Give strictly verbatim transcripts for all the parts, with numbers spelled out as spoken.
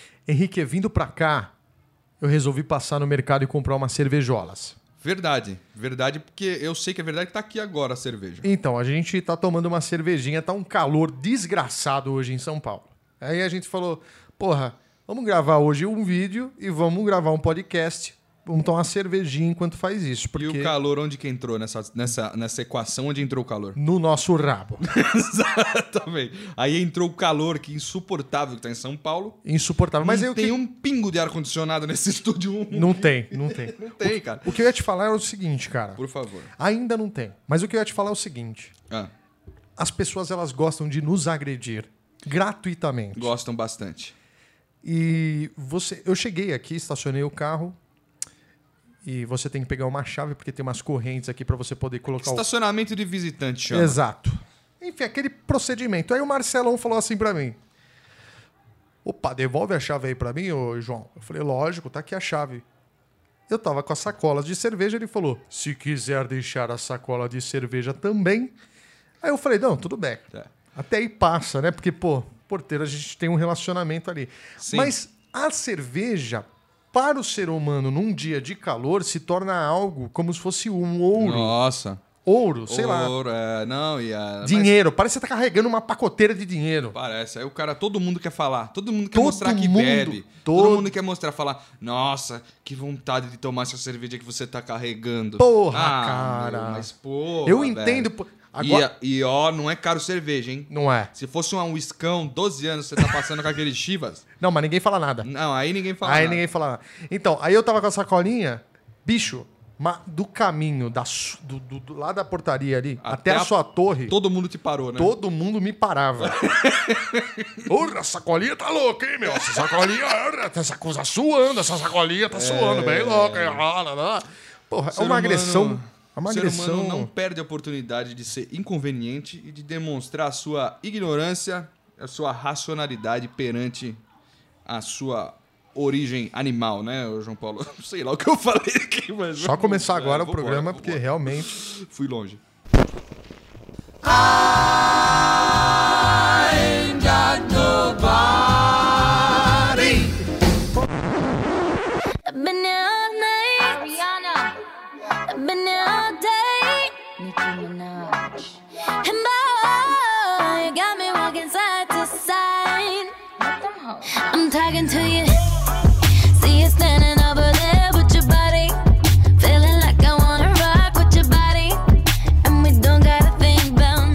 Henrique, vindo pra cá, eu resolvi passar no mercado e comprar umas cervejolas. Verdade, verdade, porque eu sei que é verdade que tá aqui agora a cerveja. Então, a gente tá tomando uma cervejinha, tá um calor desgraçado hoje em São Paulo. Aí a gente falou, porra, vamos gravar hoje um vídeo e vamos gravar um podcast. Vamos tomar uma cervejinha enquanto faz isso. Porque... E o calor, onde que entrou nessa, nessa, nessa equação? Onde entrou o calor? No nosso rabo. Exatamente. Aí entrou o calor, que insuportável, que tá em São Paulo. Insuportável. Mas não eu tem que... um pingo de ar-condicionado nesse estúdio. Não tem, não tem. Não tem, cara. O que eu ia te falar é o seguinte, cara. Por favor. Ainda não tem. Mas o que eu ia te falar é o seguinte. Ah. As pessoas, elas gostam de nos agredir gratuitamente. Gostam bastante. E você... Eu cheguei aqui, estacionei o carro... E você tem que pegar uma chave, porque tem umas correntes aqui para você poder colocar Estacionamento o... de visitante, chama. Exato. Enfim, aquele procedimento. Aí o Marcelão falou assim para mim. Opa, devolve a chave aí para mim, ô João. Eu falei, lógico, tá aqui a chave. Eu tava com as sacolas de cerveja, ele falou, se quiser deixar a sacola de cerveja também. Aí eu falei, não, tudo bem. É. Até aí passa, né? Porque, pô, porteiro, a gente tem um relacionamento ali. Sim. Mas a cerveja... Para o ser humano, num dia de calor, se torna algo como se fosse um ouro. Nossa. Ouro, sei ouro, lá. Ouro, é. Não, e a... Dinheiro. Mas... Parece que você tá carregando uma pacoteira de dinheiro. Parece. Aí o cara, todo mundo quer falar. Todo mundo quer todo mostrar que mundo, bebe. Todo... todo mundo quer mostrar, falar, nossa, que vontade de tomar essa cerveja que você tá carregando. Porra, ah, cara. Meu, mas porra, eu entendo... Velho. Agora... E, e ó, não é caro cerveja, hein? Não é. Se fosse um uiscão, doze anos, você tá passando com aqueles Chivas. Não, mas ninguém fala nada. Não, aí ninguém fala aí nada. Aí ninguém fala nada. Então, aí eu tava com a sacolinha, bicho, do caminho, da, do, do, do, lá da portaria ali, até, até a, a sua torre... Todo mundo te parou, né? Todo mundo me parava. Porra, a sacolinha tá louca, hein, meu? Essa sacolinha... Essa coisa suando, essa sacolinha tá é... suando, bem louca. Porra, é uma agressão... Humano... Uma o ser agressão... humano não perde a oportunidade de ser inconveniente e de demonstrar a sua ignorância, a sua racionalidade perante a sua origem animal, né, João Paulo? Não sei lá o que eu falei aqui, mas... Só começar agora é, o programa, embora, porque embora. realmente... Fui longe. I ain't got nobody. I've been there all night. Ariana. I've been there all day. Nicki Minaj. And boy, you got me walking side to side. I'm talking to you. See you standing over there with your body. Feeling like I wanna rock with your body. And we don't gotta think about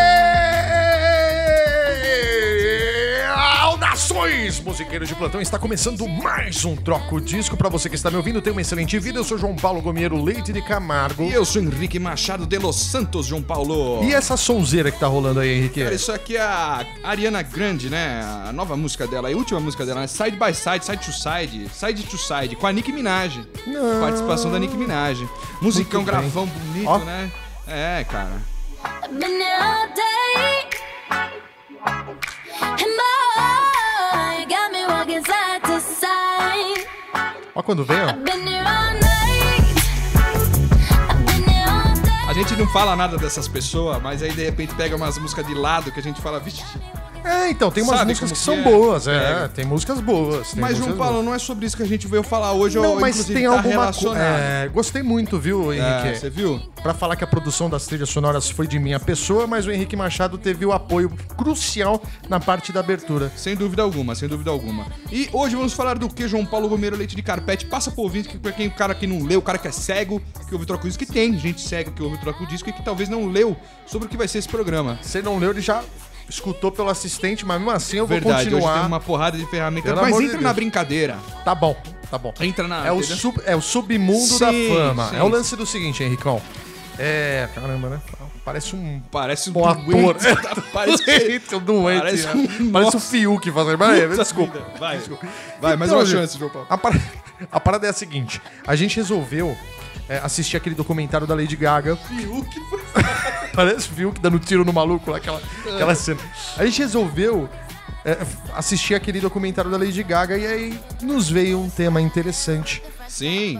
Saudações, musiqueiros de plantão. Está começando mais um Troco Disco. Pra você que está me ouvindo, tenha uma excelente vida. Eu sou João Paulo Gomiero Leite de Camargo. E eu sou Henrique Machado de Los Santos, João Paulo. E essa sonzeira que tá rolando aí, Henrique? Cara, isso aqui é a Ariana Grande, né? A nova música dela, a última música dela, né? Side by Side, Side to Side, Side to Side, com a Nicki Minaj. Não. Participação da Nicki Minaj. Musicão, Muito bem. gravão bonito, Ó. né? É, cara. I've been there all day. And boy, you got me walking side to side. Ó quando vem, ó. I've been there all night. I've been there all day. A gente não fala nada dessas pessoas, mas aí de repente pega umas músicas de lado que a gente fala, vixe. É, então, tem umas Sabe músicas que como são que é? boas, é. É. Tem músicas boas. Tem Mas, músicas João Paulo, boas. não é sobre isso que a gente veio falar hoje. Não, ou, mas inclusive, tem tá alguma coisa. relacionado. É, gostei muito, viu, Henrique? É, você viu? Pra falar que a produção das trilhas sonoras foi de minha pessoa, mas o Henrique Machado teve o apoio crucial na parte da abertura. Sem dúvida alguma, sem dúvida alguma. E hoje vamos falar do que, João Paulo Gomiero Leite de Carpete? Passa pro ouvinte, que pra quem o cara que não leu, o cara que é cego, que ouve o Troco Disco, que tem gente cega que ouve o Troco Disco e que talvez não leu sobre o que vai ser esse programa. Se ele não leu, ele já escutou pelo assistente, mas mesmo assim eu vou Verdade, hoje continuar. tem uma porrada de ferramentas, Pelo mas amor de entra Deus. na brincadeira. Tá bom, tá bom. Entra na... É o, entendeu? sub, é o submundo Sim, da fama. sim. É o lance do seguinte, Henricão. É... Caramba, né? Parece um... Parece um bom ator. doente, tá? Parece que... um doente. Parece Parece, um- né? Parece o Nossa. Fiuk fazendo. Mas, Puta desculpa. vida. Vai, Desculpa. vai, mais Então, uma gente, chance, João Paulo. A, par- a parada é a seguinte. A gente resolveu é, assistir aquele documentário da Lady Gaga. Fiuk foi... Parece o Fiuk dando tiro no maluco lá, aquela, aquela cena. A gente resolveu é, assistir aquele documentário da Lady Gaga e aí nos veio um tema interessante. Sim,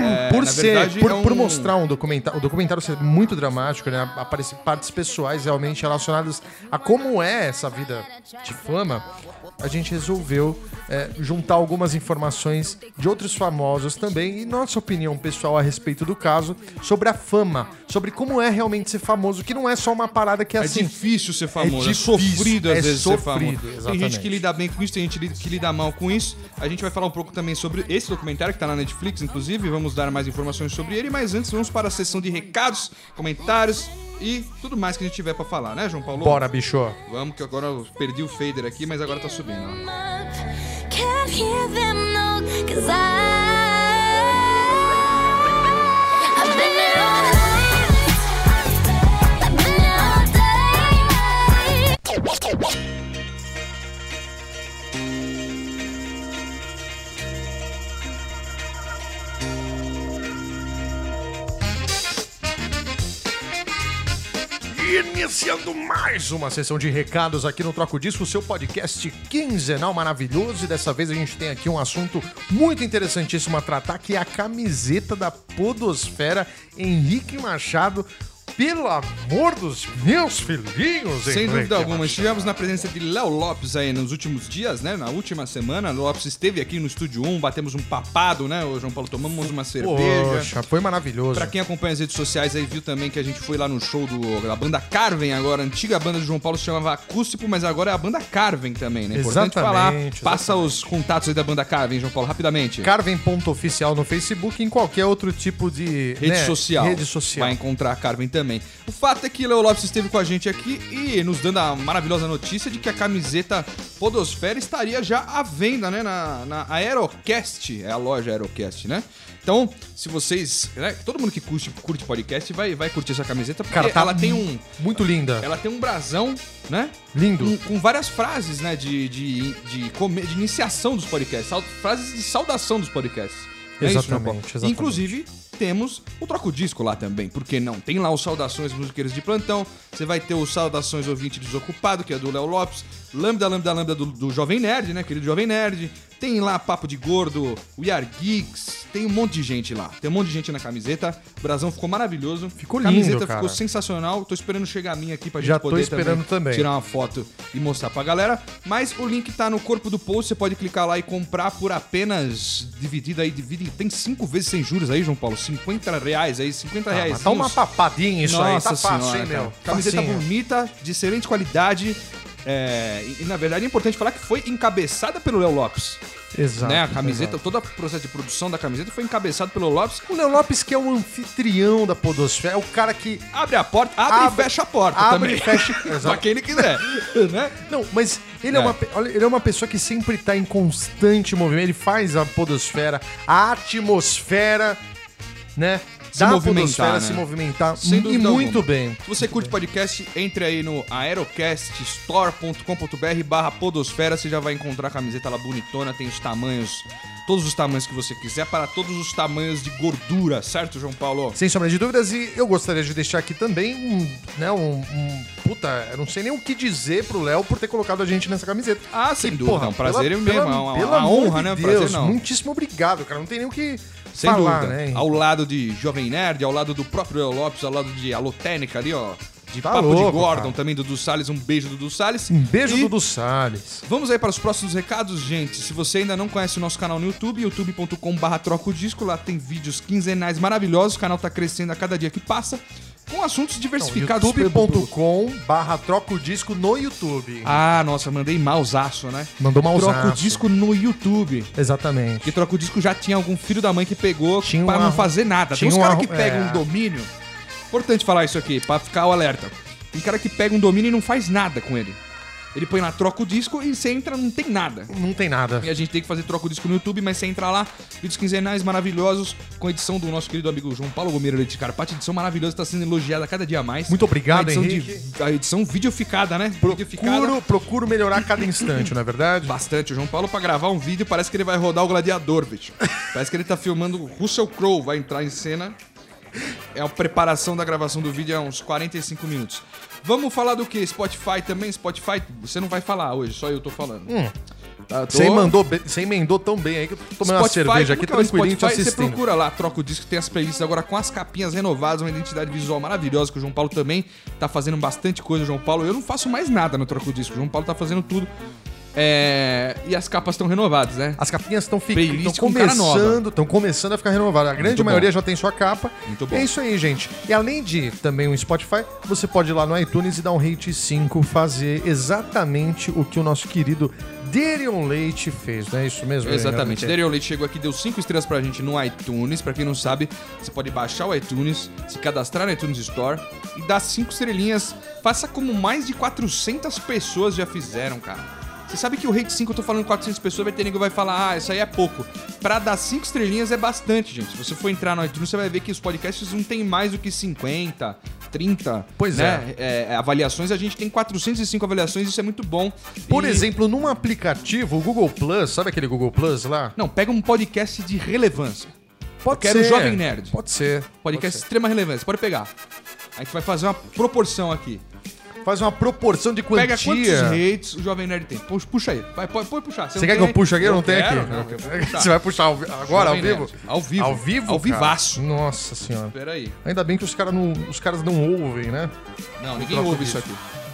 É, por na ser, verdade, por, é um- por mostrar um documentário, o documentário ser muito dramático, né? Aparece partes pessoais realmente relacionadas a como é essa vida de fama. A gente resolveu é, juntar algumas informações de outros famosos também e nossa opinião pessoal a respeito do caso sobre a fama, sobre como é realmente ser famoso, que não é só uma parada que é É assim. difícil ser famoso, é, difícil, sofrido às é vezes sofrido, ser famoso. Tem exatamente. gente que lida bem com isso, tem gente que lida mal com isso. A gente vai falar um pouco também sobre esse documentário que tá na Netflix, inclusive, vamos dar mais informações sobre ele, mas antes vamos para a sessão de recados, comentários e tudo mais que a gente tiver pra falar, né, João Paulo? Bora, bicho. Vamos, que agora eu perdi o fader aqui, mas agora tá subindo, ó. Can't hear them no, 'cause I I've been there all night, I've been there all day. Iniciando mais uma sessão de recados aqui no Troco Disco, seu podcast quinzenal maravilhoso. E dessa vez a gente tem aqui um assunto muito interessantíssimo a tratar, que é a camiseta da Podosfera Henrique Machado. Pelo amor dos meus filhinhos, Sem Henrique dúvida alguma, Machado. estivemos na presença de Léo Lopes aí nos últimos dias, né? Na última semana, Léo Lopes esteve aqui no Estúdio um, batemos um papado, né, ô João Paulo? Tomamos uma cerveja. Poxa, foi maravilhoso. Pra quem acompanha as redes sociais aí, viu também que a gente foi lá no show do, da banda Carven agora. A antiga banda de João Paulo se chamava Acústico, mas agora é a banda Carven também, né? Importante Exatamente, falar. exatamente. Passa os contatos aí da banda Carven, João Paulo, rapidamente. Carven.oficial no Facebook e em qualquer outro tipo de Rede né, social. Rede social. Vai encontrar a Carven também. O fato é que Léo Lopes esteve com a gente aqui e nos dando a maravilhosa notícia de que a camiseta Podosfera estaria já à venda, né? Na, na Aerocast, é a loja Aerocast, né? Então, se vocês... Né, todo mundo que curte, curte podcast vai, vai curtir essa camiseta, porque Cara, tá ela tem um... Muito linda. Ela tem um brasão, né? Lindo. Com, com várias frases, né? De, de, de, come- de iniciação dos podcasts. sal- frases de saudação dos podcasts. Não é isso, Exatamente, João Paulo? exatamente. Inclusive, temos o Troco Disco lá também. Por que não? Tem lá os Saudações Musiqueiros de Plantão. Você vai ter o Saudações Ouvinte Desocupado, que é do Léo Lopes. Lambda, Lambda, Lambda do, do Jovem Nerd, né? Querido Jovem Nerd. Tem lá Papo de Gordo, We Are Geeks. Tem um monte de gente lá. Tem um monte de gente na camiseta. O brasão ficou maravilhoso. Ficou a lindo, camiseta cara. ficou sensacional. Tô esperando chegar a minha aqui pra Já gente tô poder esperando também. tirar uma foto e mostrar pra galera. Mas o link tá no corpo do post. Você pode clicar lá e comprar por apenas dividido aí. Divide, tem cinco vezes sem juros aí, João Paulo. cinquenta reais aí, cinquenta Ah, reais. mas tá uma papadinha isso aí, tá fácil, senhora, hein, cara. meu? Camiseta Facinho. bonita, de excelente qualidade. É, e, e, na verdade é importante falar que foi encabeçada pelo Léo Lopes. Exato. Né? A camiseta, exato. todo o processo de produção da camiseta foi encabeçado pelo Lopes. O Léo Lopes, que é o anfitrião da Podosfera, é o cara que... Abre a porta, abre, Abre- e fecha a porta abre também. e fecha- pra Exato. quem ele quiser. Né? Não, mas ele é. É. uma, pe- olha, ele é uma pessoa que sempre tá em constante movimento. Ele faz a Podosfera, a atmosfera, né? Se da movimentar, Podosfera né? se movimentar Sem e dúvida muito alguma. bem. Se você curte podcast, entre aí no aerocaststore.com.br barra podosfera, você já vai encontrar a camiseta lá bonitona, tem os tamanhos, todos os tamanhos que você quiser, para todos os tamanhos de gordura, certo, João Paulo? Sem sombra de dúvidas, e eu gostaria de deixar aqui também um, né, um, um- puta, eu não sei nem o que dizer pro Léo por ter colocado a gente nessa camiseta. Ah, sem Que, dúvida, porra, é um prazer pela- mesmo, pela- é uma, pelo uma amor honra, de né? Um Deus, prazer não. muitíssimo obrigado, cara, não tem nem o que Sem falar, dúvida. né? Ao lado de Jovem Nerd, ao lado do próprio Léo Lopes, ao lado de Alotênica ali, ó. De Tá Papo louco, de Gordon, cara. também Dudu Salles. Um beijo, Dudu Salles. Um beijo, E Dudu Salles. Vamos aí para os próximos recados, gente. Se você ainda não conhece o nosso canal no YouTube, youtube ponto com barra troco disco, lá tem vídeos quinzenais maravilhosos. O canal tá crescendo a cada dia que passa, com assuntos diversificados. youtube ponto com barra troca o disco no YouTube. Ah, nossa, mandei mausaço, né? Mandou mausaço. Troca o disco no YouTube. Exatamente. Porque troca o disco já tinha algum filho da mãe que pegou Tinha pra um não arru- fazer nada. Tem tinha uns um caras arru- que pegam é. um domínio. Importante falar isso aqui, pra ficar o alerta. Tem cara que pega um domínio e não faz nada com ele. Ele põe lá, troca o disco e você entra, não tem nada. Não tem nada. E a gente tem que fazer troca o disco no YouTube, mas você entra lá, vídeos quinzenais maravilhosos, com a edição do nosso querido amigo João Paulo Gomeira Leite Carpati. Edição maravilhosa, está sendo elogiada cada dia mais. Muito obrigado, a edição Henrique. De, a edição videoficada, né? Videoficada. Procuro, procuro melhorar a cada instante, não é verdade? Bastante. O João Paulo, pra gravar um vídeo, parece que ele vai rodar o Gladiador, bicho. Parece que ele tá filmando o Russell Crowe, vai entrar em cena. É a preparação da gravação do vídeo, é uns quarenta e cinco minutos. Vamos falar do que? Spotify também? Spotify, você não vai falar hoje, só eu tô falando. Hum. Tá, tô... Você mandou bem, você emendou tão bem aí que eu tô tomando uma cerveja aqui, como que é o tranquilinho te Spotify? Você assistindo. procura lá, troca o disco, tem as playlists agora com as capinhas renovadas, uma identidade visual maravilhosa, que o João Paulo também tá fazendo bastante coisa, o João Paulo. Eu não faço mais nada no Troca o Disco, o João Paulo tá fazendo tudo. É... E as capas estão renovadas, né? As capinhas estão Playlist com cara nova. começando, estão começando a ficar renovadas. A grande Muito maioria bom. já tem sua capa. Muito bom. É isso aí, gente. E além de também o Spotify, você pode ir lá no iTunes e dar um rate cinco, fazer exatamente o que o nosso querido Derion Leite fez, não é isso mesmo? Exatamente. Derion? Derion Leite chegou aqui, deu cinco estrelas pra gente no iTunes. Pra quem não sabe, você pode baixar o iTunes, se cadastrar no iTunes Store e dar cinco estrelinhas. Faça como mais de quatrocentas pessoas já fizeram, cara. Você sabe que o Rate cinco, eu tô falando quatrocentas pessoas, vai ter ninguém que vai falar, ah, isso aí é pouco. Pra dar cinco estrelinhas é bastante, gente. Se você for entrar no iTunes, você vai ver que os podcasts não tem mais do que cinquenta, trinta Pois né? é. É, avaliações. A gente tem quatrocentas e cinco avaliações, isso é muito bom. Por E- exemplo, num aplicativo, o Google Plus, sabe aquele Google Plus lá? Não, pega um podcast de relevância. Pode Eu quero ser. Jovem Nerd. Pode ser. Podcast Pode de ser. extrema relevância, pode pegar. A gente vai fazer uma proporção aqui. Faz uma proporção de quantia. Pega quantos rates o Jovem Nerd tem. Puxa, puxa aí. Vai, pode, pode puxar. Você não quer que tem? eu puxe aqui? Eu não tenho quero, aqui. não, eu vou puxar. Você vai puxar ao vi- agora, ao Jovem vivo? Nerd. Ao vivo. Ao vivo? Ao cara? vivaço. Nossa senhora. Pera aí. Ainda bem que os, cara não, os caras não ouvem, né? Não, ninguém troco ouve disso. isso aqui.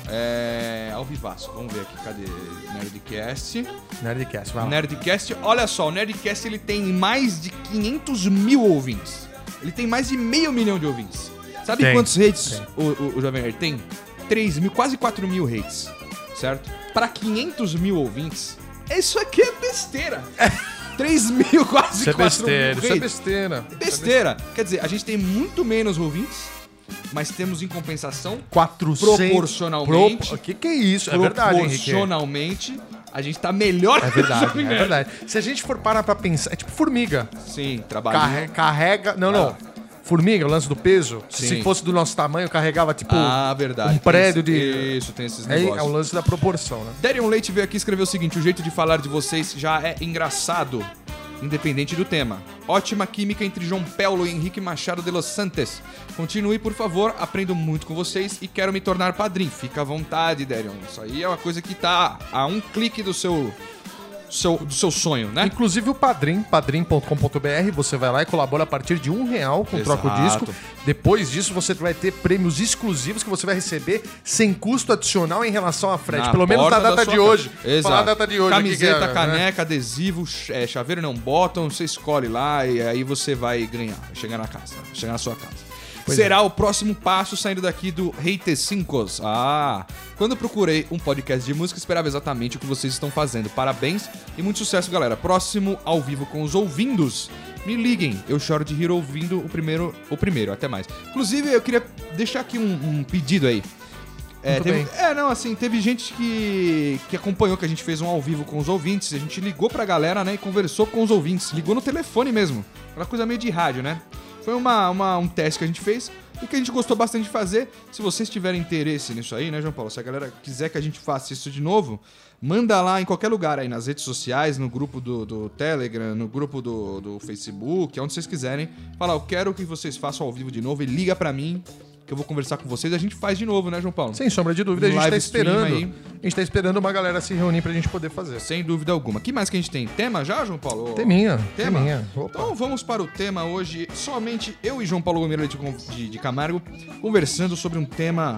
É... Ao vivaço. Vamos ver aqui. Cadê? Nerdcast. Nerdcast, vai lá. Nerdcast. Olha só, o Nerdcast ele tem mais de quinhentos mil ouvintes. Ele tem mais de meio milhão de ouvintes. Sabe Tem, quantos rates tem. o, o, o Jovem Nerd tem? três mil, quase quatro mil rates. Certo? Para quinhentos mil ouvintes, isso aqui é besteira. três mil, quase Isso é quatro besteira, mil isso é rates. besteira. Besteira. Quer dizer, a gente tem muito menos ouvintes, mas temos em compensação, quatrocentos Proporcionalmente. O que, que é isso? É verdade, Henrique. proporcionalmente, a gente tá melhor É que o verdade, Jovem é Nerd. verdade. Se a gente for parar pra pensar, é tipo formiga. Sim, trabalho. Carre- carrega. Não, não. Formiga, o lance do peso. Sim. Se fosse do nosso tamanho, carregava tipo. Ah, verdade. um Tem prédio esse- de- Isso, tem esses É, negócios. é o lance da proporção, né? Derion Leite veio aqui e escreveu o seguinte: o jeito de falar de vocês já é engraçado, independente do tema. Ótima química entre João Paulo e Henrique Machado de Los Santos. Continue, por favor, aprendo muito com vocês e quero me tornar padrinho. Fica à vontade, Derion. Isso aí é uma coisa que tá a um clique do seu, seu, do seu sonho, né? Inclusive o Padrim, padrim ponto com ponto b r, você vai lá e colabora a partir de um real com o Troca o Exato. Disco. Depois disso, você vai ter prêmios exclusivos que você vai receber sem custo adicional em relação à frete. Na Pelo menos na porta da data sua de casa. hoje. Exato. Falar a data de hoje. Camiseta, aqui, que é, né? caneca, adesivo, ch- é, chaveiro não botam, você escolhe lá e aí você vai ganhar, vai chegar na casa, vai chegar na sua casa. Pois Será o próximo passo saindo daqui do Rate cinco. Ah, quando eu procurei um podcast de música, esperava exatamente o que vocês estão fazendo. Parabéns e muito sucesso, galera. Próximo ao vivo com os ouvindos. Me liguem, eu choro de rir ouvindo o primeiro, o primeiro, até mais. Inclusive, eu queria deixar aqui um, um pedido aí. É, Muito teve- bem. é, não, assim, teve gente que, que acompanhou que a gente fez um ao vivo com os ouvintes. A gente ligou pra galera, né, e conversou com os ouvintes. Ligou no telefone mesmo. Aquela coisa meio de rádio, né? Foi uma, uma- um teste que a gente fez e que a gente gostou bastante de fazer. Se vocês tiverem interesse nisso aí, né, João Paulo? Se a galera quiser que a gente faça isso de novo, manda lá em qualquer lugar aí, nas redes sociais, no grupo do, do Telegram, no grupo do, do Facebook, onde vocês quiserem. Fala, eu quero que vocês façam ao vivo de novo e liga pra mim, que eu vou conversar com vocês. A gente faz de novo, né, João Paulo? Sem sombra de dúvida, a gente tá Live stream esperando. aí. A gente tá esperando uma galera se reunir pra gente poder fazer. Sem dúvida alguma. Que mais que a gente tem? Tema já, João Paulo? Teminha. Tema? Teminha. Opa. Então vamos para o tema hoje. Somente eu e João Paulo Gomes de, de, de Camargo conversando sobre um tema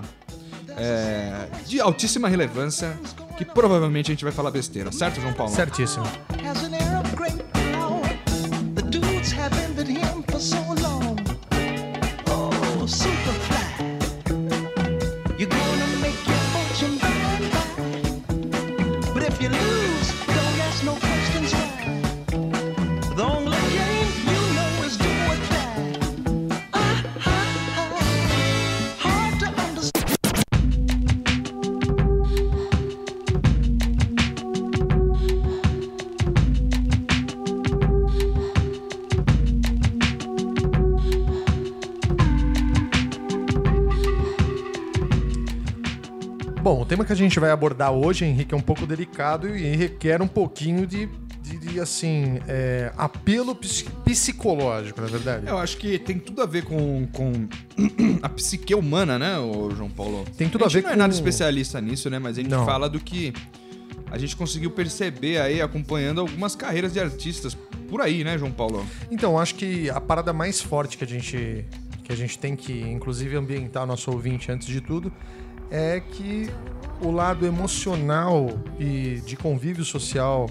é, de altíssima relevância que provavelmente a gente vai falar besteira, certo, João Paulo? Certíssimo. Has an air of great power. The dudes have envied him for so long. Oh, Superfly, you're gonna make your fortune by and by. But if you lose, don't ask no questions why. The only game you know is do or die. Ah, ah, ah. Hard to understand. Bom, o tema que a gente vai abordar hoje, Henrique, é um pouco delicado e requer um pouquinho de, de, de, assim, é, apelo ps- psicológico, na verdade. Eu acho que tem tudo a ver com, com a psique humana, né, ô João Paulo? Tem tudo a gente ver não é com- nada especialista nisso, né? Mas a gente Não. fala do que a gente conseguiu perceber aí, acompanhando algumas carreiras de artistas por aí, né, João Paulo? Então, acho que a parada mais forte que a gente, que a gente tem que, inclusive, ambientar o nosso ouvinte antes de tudo, é que o lado emocional e de convívio social,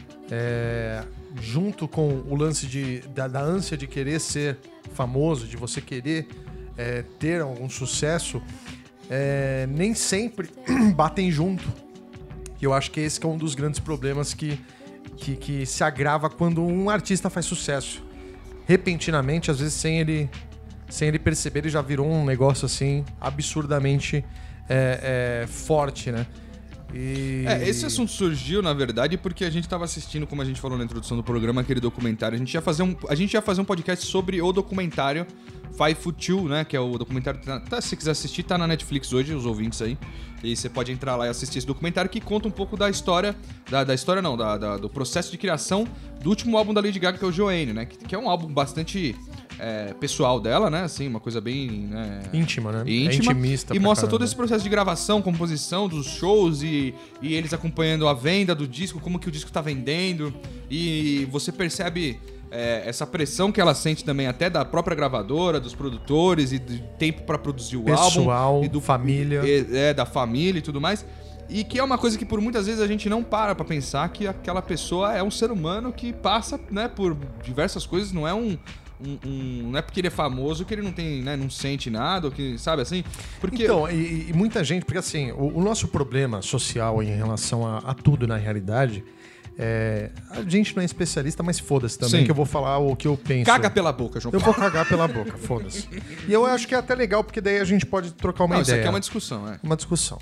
é, junto com o lance de, da, da ânsia de querer ser famoso, de você querer é, ter algum sucesso, é, nem sempre batem junto. E eu acho que esse que é um dos grandes problemas que, que, que se agrava quando um artista faz sucesso. Repentinamente, às vezes sem ele, sem ele perceber, ele já virou um negócio assim absurdamente é, é, forte, né? E... É, esse assunto surgiu, na verdade, porque a gente estava assistindo, como a gente falou na introdução do programa, aquele documentário. A gente ia fazer um, a gente ia fazer um podcast sobre o documentário Five Foot Two, né? Que é o documentário que tá, se você quiser assistir, tá na Netflix hoje, os ouvintes aí. E você pode entrar lá e assistir esse documentário que conta um pouco da história, da, da história não, da, da, do processo de criação do último álbum da Lady Gaga, que é o Joanne, né? Que, que é um álbum bastante é, pessoal dela, né? Assim, uma coisa bem... Né, íntima, né? Íntima. É intimista. E mostra todo esse processo de gravação, composição dos shows e, e eles acompanhando a venda do disco, como que o disco tá vendendo. E você percebe... É, essa pressão que ela sente também até da própria gravadora, dos produtores e do tempo pra produzir o Pessoal, álbum. Pessoal, e do família. É, é, da família e tudo mais. E que é uma coisa que por muitas vezes a gente não para pra pensar que aquela pessoa é um ser humano que passa, né, por diversas coisas, não é um... Um, um, não é porque ele é famoso que ele não tem, né, não sente nada, ou que, sabe assim? Porque... Então, e, e muita gente, porque assim, o, o nosso problema social em relação a, a tudo na realidade... É, a gente não é especialista, mas foda-se também. Sim. Que eu vou falar o que eu penso. Caga pela boca, João Paulo. Eu vou cagar pela boca, foda-se. E eu acho que é até legal, porque daí a gente pode trocar uma não, ideia. Isso aqui é uma discussão, é. Uma discussão.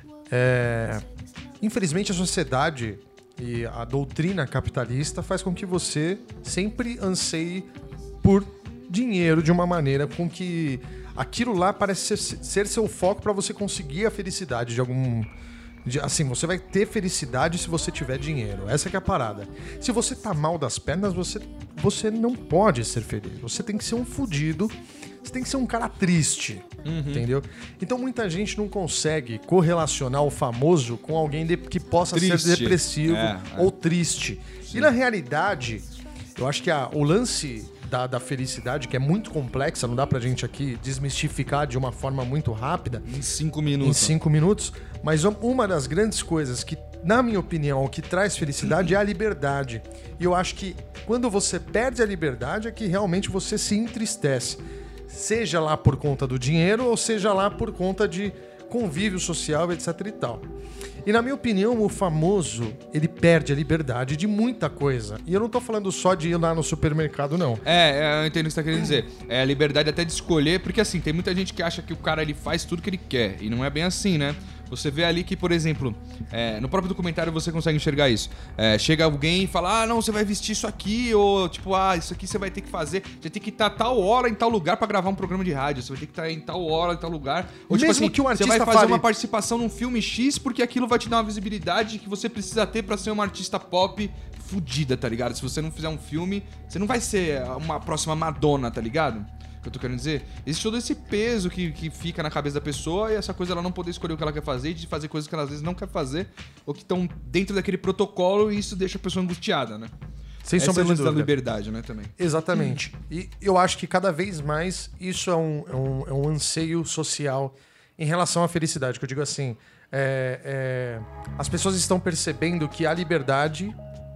É, infelizmente, a sociedade e a doutrina capitalista faz com que você sempre anseie por dinheiro de uma maneira com que aquilo lá parece ser, ser seu foco para você conseguir a felicidade de algum... Assim, você vai ter felicidade se você tiver dinheiro. Essa que é a parada. Se você tá mal das pernas, você, você não pode ser feliz. Você tem que ser um fudido. Você tem que ser um cara triste. Uhum. Entendeu? Então muita gente não consegue correlacionar o famoso com alguém de, que possa triste. ser depressivo é, é. ou triste. Sim. E na realidade, eu acho que a, o lance... Da, da felicidade, que é muito complexa, não dá pra gente aqui desmistificar de uma forma muito rápida. Em cinco minutos. Em cinco minutos. Mas uma das grandes coisas que, na minha opinião, o que traz felicidade é a liberdade. E eu acho que quando você perde a liberdade é que realmente você se entristece. Seja lá por conta do dinheiro ou seja lá por conta de convívio social, etc e tal. E na minha opinião, o famoso, ele perde a liberdade de muita coisa. E eu não tô falando só de ir lá no supermercado, não. É, eu entendo o que você tá querendo dizer. É a liberdade até de escolher, porque assim, tem muita gente que acha que o cara ele faz tudo que ele quer. E não é bem assim, né? Você vê ali que, por exemplo, é, no próprio documentário você consegue enxergar isso. É, chega alguém e fala, ah, não, você vai vestir isso aqui, ou tipo, ah, isso aqui você vai ter que fazer. Você tem que estar tal hora em tal lugar pra gravar um programa de rádio. Você vai ter que estar em tal hora em tal lugar. Ou Mesmo tipo assim, que um artista você vai fazer fale... uma participação num filme X porque aquilo vai te dar uma visibilidade que você precisa ter pra ser uma artista pop fudida, tá ligado? Se você não fizer um filme, você não vai ser uma próxima Madonna, tá ligado? Que eu tô querendo dizer, existe todo esse peso que, que fica na cabeça da pessoa e essa coisa ela não poder escolher o que ela quer fazer e de fazer coisas que ela às vezes não quer fazer ou que estão dentro daquele protocolo e isso deixa a pessoa angustiada, né? Sem sombra de dúvida. Da liberdade, né, também. Exatamente. Hum. E eu acho que cada vez mais isso é um, é um, é um anseio social em relação à felicidade, que eu digo assim, é, é, as pessoas estão percebendo que a liberdade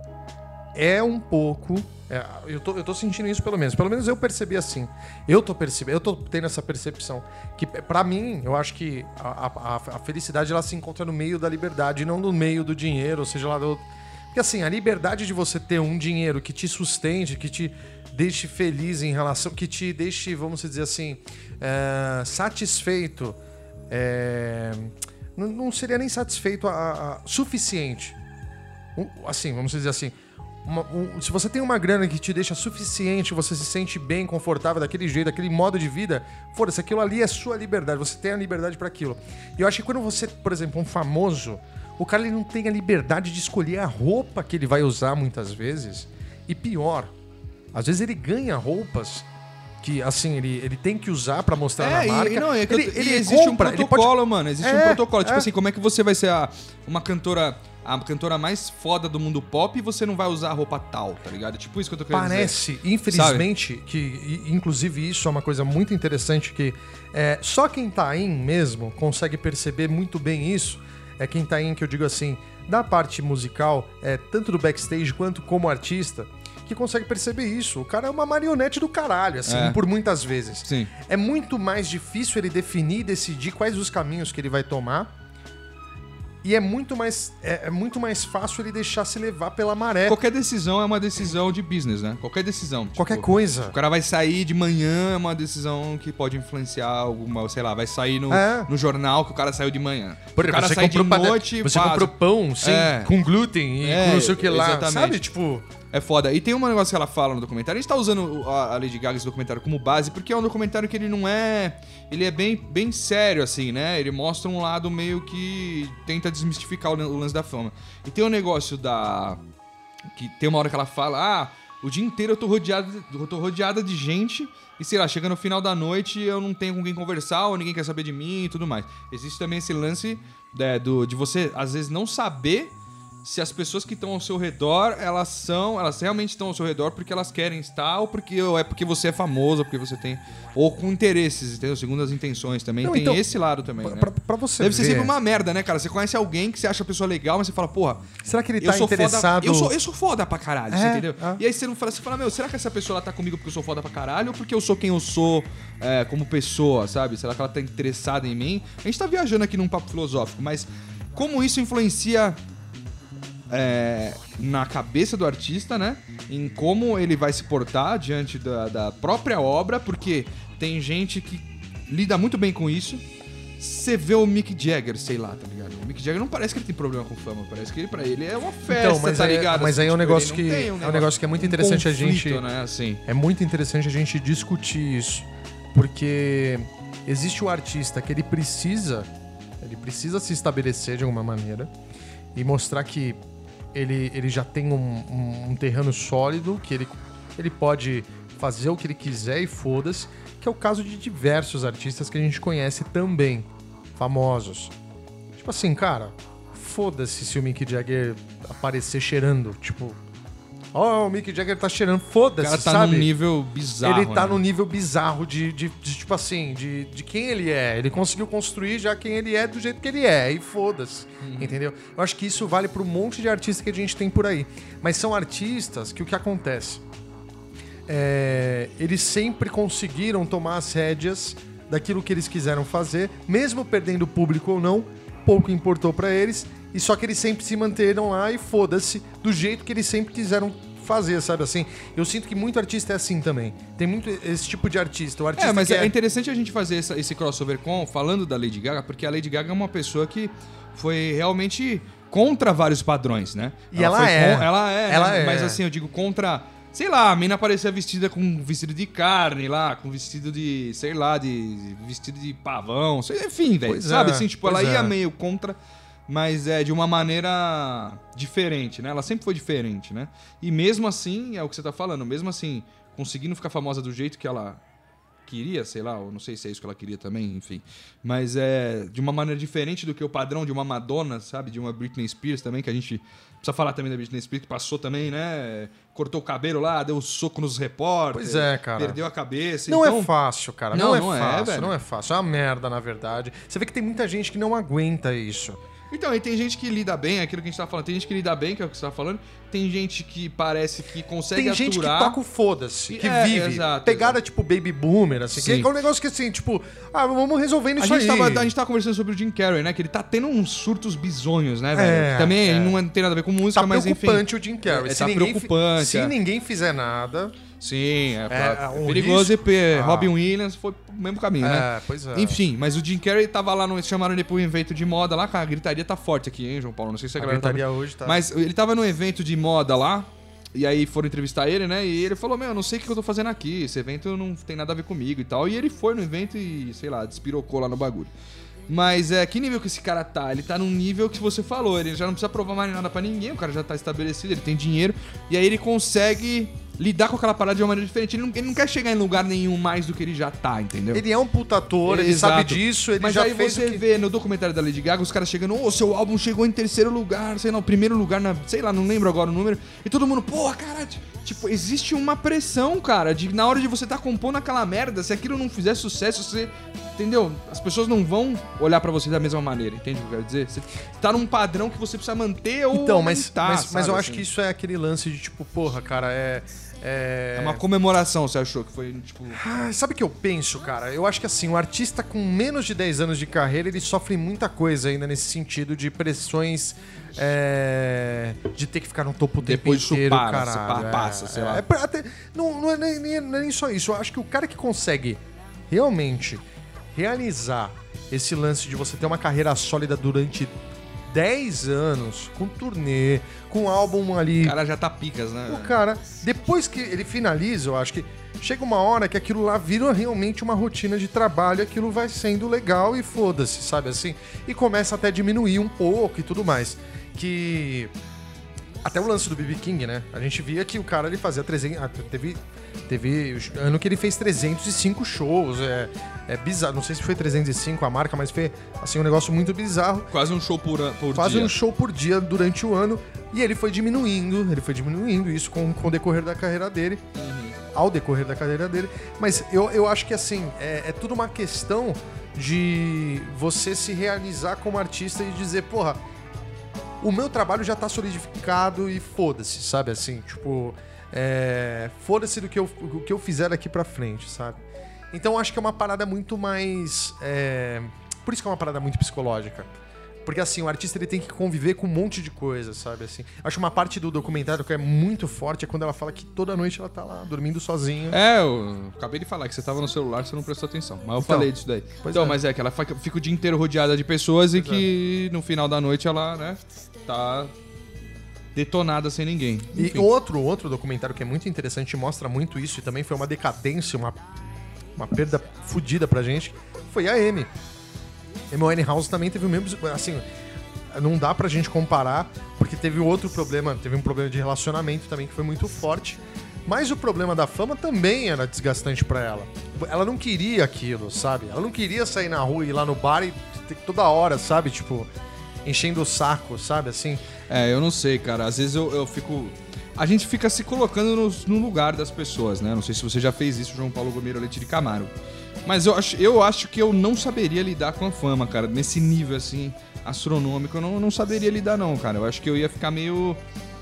é um pouco... É, eu, tô, eu tô sentindo isso pelo menos. Pelo menos eu percebi assim. Eu tô percebendo, eu tô tendo essa percepção. Que, pra mim, eu acho que a, a, a felicidade ela se encontra no meio da liberdade, não no meio do dinheiro, ou seja lá do... Porque assim, a liberdade de você ter um dinheiro que te sustente, que te deixe feliz em relação... Que te deixe, vamos dizer assim, é, satisfeito. É, não, não seria nem satisfeito a, a, suficiente. Assim, vamos dizer assim... Uma, um, se você tem uma grana que te deixa suficiente, você se sente bem, confortável daquele jeito, daquele modo de vida, foda-se, aquilo ali é sua liberdade, você tem a liberdade para aquilo. E eu acho que quando você, por exemplo, um famoso, o cara ele não tem a liberdade de escolher a roupa que ele vai usar muitas vezes. E pior, às vezes ele ganha roupas que assim, ele, ele tem que usar pra mostrar É, na marca. e, não, é que ele, eu- ele e existe compra, um ele protocolo, pode... mano. Existe É, um protocolo. Tipo é. assim, como é que você vai ser a, uma cantora, a cantora mais foda do mundo pop e você não vai usar roupa tal, tá ligado? Tipo isso que eu tô querendo dizer. Parece, infelizmente, que e, inclusive isso é uma coisa muito interessante que é, só quem tá in mesmo consegue perceber muito bem isso. É quem tá in, que eu digo assim, da parte musical, é, tanto do backstage quanto como artista, que consegue perceber isso. O cara é uma marionete do caralho, assim, É. por muitas vezes. Sim. É muito mais difícil ele definir e decidir quais os caminhos que ele vai tomar. E é muito mais, é, é muito mais fácil ele deixar se levar pela maré. Qualquer decisão é uma decisão de business, né? Qualquer decisão. Qualquer Tipo, coisa. O cara vai sair de manhã, é uma decisão que pode influenciar alguma, sei lá, vai sair no, É. no jornal que o cara saiu de manhã. Por o cara você sai de comprou pade- noite, Você vaza. comprou pão sem, É. com glúten e É, com não sei o que lá. exatamente. Sabe? Tipo. É foda. E tem um negócio que ela fala no documentário. A gente tá usando a a Lady Gaga esse documentário como base, porque é um documentário que ele não é... Ele é bem, bem sério, assim, né? Ele mostra um lado meio que tenta desmistificar o lan- o lance da fama. E tem um negócio da... Que tem uma hora que ela fala, ah, o dia inteiro eu tô rodeada, eu tô rodeada de gente e, sei lá, chega no final da noite eu não tenho com quem conversar ou ninguém quer saber de mim e tudo mais. Existe também esse lance né, do, de você, às vezes, não saber se as pessoas que estão ao seu redor, elas são, elas realmente estão ao seu redor porque elas querem estar ou porque ou é porque você é famoso, ou porque você tem ou com interesses, entendeu? Segundo as intenções também. Não, tem então, esse lado também, né? Pra, pra você Deve ver. ser sempre uma merda, né, cara? Você conhece alguém que você acha a pessoa legal, mas você fala, porra, Será que ele eu tá sou interessado? foda. Eu sou, eu sou foda pra caralho, É, você entendeu? é. E aí você não fala, você fala, meu, será que essa pessoa ela tá comigo porque eu sou foda pra caralho ou porque eu sou quem eu sou é, como pessoa, sabe? Será que ela tá interessada em mim? A gente tá viajando aqui num papo filosófico, mas como isso influencia é, na cabeça do artista, né? Em como ele vai se portar diante da, da própria obra, porque tem gente que lida muito bem com isso. Você vê o Mick Jagger, sei lá, tá ligado? O Mick Jagger não parece que ele tem problema com fama, parece que ele, pra ele é uma festa, Então, mas tá aí- ligado? mas aí é um Tipo, negócio ele não que- tem é um negócio que é muito interessante a gente- conflito, né? Assim. É muito interessante a gente discutir isso, porque existe o artista que ele precisa, ele precisa se estabelecer de alguma maneira e mostrar que ele, ele já tem um, um- um terreno sólido, que ele, ele pode fazer o que ele quiser e foda-se, que é o caso de diversos artistas que a gente conhece também, famosos. Tipo assim, cara, foda-se se o Mick Jagger aparecer cheirando, tipo... Ó, o Mick Jagger tá cheirando, O foda-se, cara tá sabe? num nível bizarro. Ele tá né? num nível bizarro de, de, de, tipo assim, de, de quem ele é. Ele conseguiu construir já quem ele é do jeito que ele é. E foda-se. Uhum. Entendeu? Eu acho que isso vale pra um monte de artistas que a gente tem por aí. Mas são artistas que o que acontece? É, eles sempre conseguiram tomar as rédeas daquilo que eles quiseram fazer, mesmo perdendo público ou não, pouco importou pra eles. E só que eles sempre se manteram lá e foda-se do jeito que eles sempre quiseram fazer, sabe assim? Eu sinto que muito artista é assim também. Tem muito esse tipo de artista. O artista É, mas que é interessante a gente fazer essa- esse crossover com, falando da Lady Gaga, porque a Lady Gaga é uma pessoa que foi realmente contra vários padrões, né? E ela foi é. con- ela é, Ela né? é. Mas assim, eu digo contra... Sei lá, a mina parecia vestida com um vestido de carne lá, com vestido de, sei lá, de vestido de pavão, sei- enfim, velho. Pois Sabe é, assim, tipo, pois ela ia é. meio contra, mas é de uma maneira diferente, né? Ela sempre foi diferente, né? E mesmo assim, é o que você tá falando, mesmo assim, conseguindo ficar famosa do jeito que ela queria, sei lá, ou não sei se é isso que ela queria também, enfim. Mas é de uma maneira diferente do que o padrão de uma Madonna, sabe? De uma Britney Spears também, que a gente precisa falar também da Britney Spears, que passou também, né? Cortou o cabelo lá, deu um soco nos repórteres. Pois é, cara. Perdeu a cabeça. Não então... é fácil, cara. Não, Não, é não é, fácil, velho. não é fácil. É uma merda, na verdade. Você vê que tem muita gente que não aguenta isso. Então, e tem gente que lida bem, é aquilo que a gente tá falando. Tem gente que lida bem, que é o que você tá falando. Tem gente que parece que consegue Tem gente aturar. que toca o foda-se, que É, vive. exato, Pegada exato. tipo Baby Boomer, assim. Que Sim. é um negócio que assim, tipo, ah, vamos resolvendo A isso gente, aí. tava, a gente tava conversando sobre o Jim Carrey, né? Que ele tá tendo uns surtos bizonhos, né, velho? É, Que também é. não tem nada a ver com música, Tá mas enfim. preocupante o Jim Carrey. É, se tá ninguém fi- preocupante, Se é. ninguém fizer nada... Sim, é, É, é um perigoso risco. e p- Ah. Robin Williams foi pro mesmo caminho, né? É, pois é. Enfim, mas o Jim Carrey tava lá, no, chamaram ele pro evento de moda lá, cara, a gritaria tá forte aqui, hein, João Paulo? Não sei se a, A galera gritaria tava... hoje tá... Mas ele tava no evento de moda lá, e aí foram entrevistar ele, né? E ele falou, meu, eu não sei o que eu tô fazendo aqui, esse evento não tem nada a ver comigo e tal. E ele foi no evento e, sei lá, despirocou lá no bagulho. Mas é, que nível que esse cara tá? Ele tá num nível que você falou, ele já não precisa provar mais nada pra ninguém, o cara já tá estabelecido, ele tem dinheiro, e aí ele consegue lidar com aquela parada de uma maneira diferente. Ele não, ele não quer chegar em lugar nenhum mais do que ele já tá, entendeu? Ele é um puta ator, ele Exato. sabe disso, ele Mas já aí fez você o que... vê no documentário da Lady Gaga os caras chegando, ô, seu álbum chegou em terceiro lugar, sei lá, o primeiro lugar, na, sei lá, não lembro agora o número, e todo mundo, porra, cara, tipo, existe uma pressão, cara, de na hora de você tá compondo aquela merda, se aquilo não fizer sucesso, você, entendeu? As pessoas não vão olhar pra você da mesma maneira, entende o que eu quero dizer? Você tá num padrão que você precisa manter ou Então, mas, aumentar, mas, mas eu sabe, acho assim? que isso é aquele lance de tipo, porra, cara, é... É uma comemoração, você achou que foi, tipo... Ah, sabe o que eu penso, cara? Eu acho que assim, o artista com menos de dez anos de carreira, ele sofre muita coisa ainda nesse sentido de pressões é, de ter que ficar no topo o tempo Depois isso inteiro, para, caralho. se pa- é, passa, sei é, lá. é pra- até- não, não, é nem, nem- não é nem só isso. Eu acho que o cara que consegue realmente realizar esse lance de você ter uma carreira sólida durante dez anos, com turnê, com álbum ali... O cara já tá picas, né? O cara, depois que ele finaliza, eu acho que chega uma hora que aquilo lá vira realmente uma rotina de trabalho, aquilo vai sendo legal e foda-se, sabe assim? E começa até a diminuir um pouco e tudo mais. Que... Até o lance do B B King, né? A gente via que o cara ele fazia trezentos... ah, Teve, teve ano que ele fez trezentos e cinco shows. É, é bizarro. Não sei se foi trezentos e cinco a marca, mas foi assim, um negócio muito bizarro. Quase um show por, an- por Quase dia. um show por dia durante o ano. E ele foi diminuindo, ele foi diminuindo isso com, com o decorrer da carreira dele. Ao decorrer da carreira dele. Mas eu, eu acho que assim, é, é tudo uma questão de você se realizar como artista e dizer, porra, o meu trabalho já tá solidificado e foda-se, sabe? Assim, tipo, é, foda-se do que eu, o que eu fizer daqui pra frente, sabe? Então eu acho que é uma parada muito mais... é, por isso que é uma parada muito psicológica. Porque assim, o artista ele tem que conviver com um monte de coisa, sabe? Assim, acho uma parte do documentário que é muito forte é quando ela fala que toda noite ela tá lá dormindo sozinha. É, eu acabei de falar que você tava no celular, você não prestou atenção. Mas eu Então, falei disso daí. pois Então, é. mas é que ela fa- fica o dia inteiro rodeada de pessoas e que no final da noite ela, né, tá detonada sem ninguém. E Enfim. outro, outro documentário que é muito interessante, mostra muito isso, e também foi uma decadência, uma, uma perda fodida pra gente, foi a Amy. Amy Winehouse também teve o mesmo... Assim, não dá pra gente comparar, porque teve outro problema, teve um problema de relacionamento também que foi muito forte. Mas o problema da fama também era desgastante pra ela. Ela não queria aquilo, sabe? Ela não queria sair na rua e ir lá no bar e ter que toda hora, sabe? Tipo, enchendo o saco, sabe? Assim... É, eu não sei, cara. Às vezes eu, eu fico... A gente fica se colocando no, no lugar das pessoas, né? Não sei se você já fez isso, João Paulo Gomeiro Leite de Camargo. Mas eu acho, eu acho que eu não saberia lidar com a fama, cara. Nesse nível, assim, astronômico, eu não, não saberia lidar, não, cara. Eu acho que eu ia ficar meio...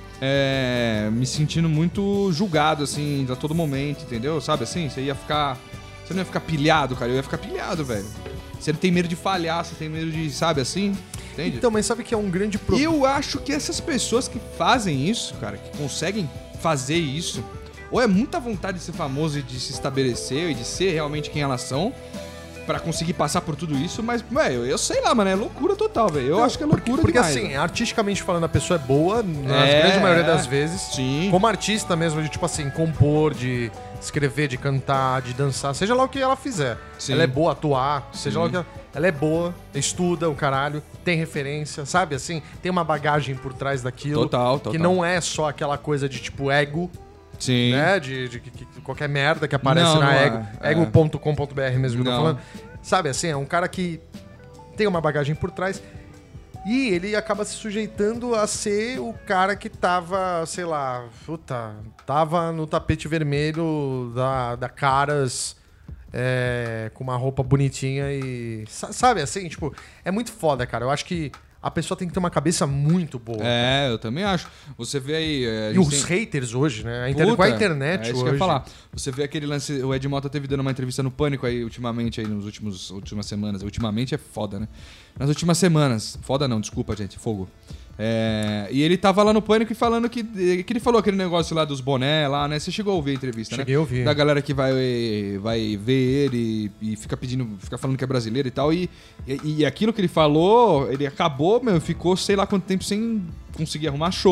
É, me sentindo muito julgado, assim, a todo momento, entendeu? Sabe assim? Você ia ficar... Você não ia ficar pilhado, cara. Eu ia ficar pilhado, velho. Você tem medo de falhar, você tem medo de... Sabe assim? Entende? Então, mas sabe que é um grande problema? Eu acho que essas pessoas que fazem isso, cara, que conseguem fazer isso, ou é muita vontade de ser famoso e de se estabelecer e de ser realmente quem elas são, pra conseguir passar por tudo isso, mas, velho, eu sei lá, mano, é loucura total, velho. Eu Não, acho que é loucura porque, porque demais. assim, velho. artisticamente falando, a pessoa é boa, na É, grande maioria é. das vezes. Sim. Como artista mesmo, de tipo assim, compor, de escrever, de cantar, de dançar, seja lá o que ela fizer. Sim. Ela é boa atuar, seja Sim. lá o que ela... Ela é boa, estuda o caralho, tem referência, sabe assim? Tem uma bagagem por trás daquilo. Total, Que total. não é só aquela coisa de tipo ego, Sim. né? De, de, de- de qualquer merda que aparece Não, na não é, ego. é. ego ponto com ponto b r mesmo que eu tô Não. falando. Sabe assim, é um cara que tem uma bagagem por trás. E ele acaba se sujeitando a ser o cara que tava, sei lá, puta, tava no tapete vermelho da, da Caras, é, com uma roupa bonitinha e... sa- Sabe, assim, tipo, é muito foda, cara. Eu acho que a pessoa tem que ter uma cabeça muito boa. É, eu também acho. Você vê aí... é, a E gente os tem- haters hoje, né? A internet, Puta, com a internet é isso hoje... que eu ia falar. Você vê aquele lance... O Ed Mota teve dando uma entrevista no Pânico aí, ultimamente, aí, nos últimos últimas semanas. Ultimamente é foda, né? Nas últimas semanas. Foda não, desculpa, gente. Fogo. É, e ele tava lá no Pânico e falando que... Que ele falou aquele negócio lá dos boné lá, né? Você chegou a ouvir a entrevista, Cheguei né? a ouvir. Da galera que vai, vai ver ele e fica pedindo... Fica falando que é brasileiro e tal. E, e, e aquilo que ele falou, ele acabou, meu, ficou sei lá quanto tempo sem conseguir arrumar show.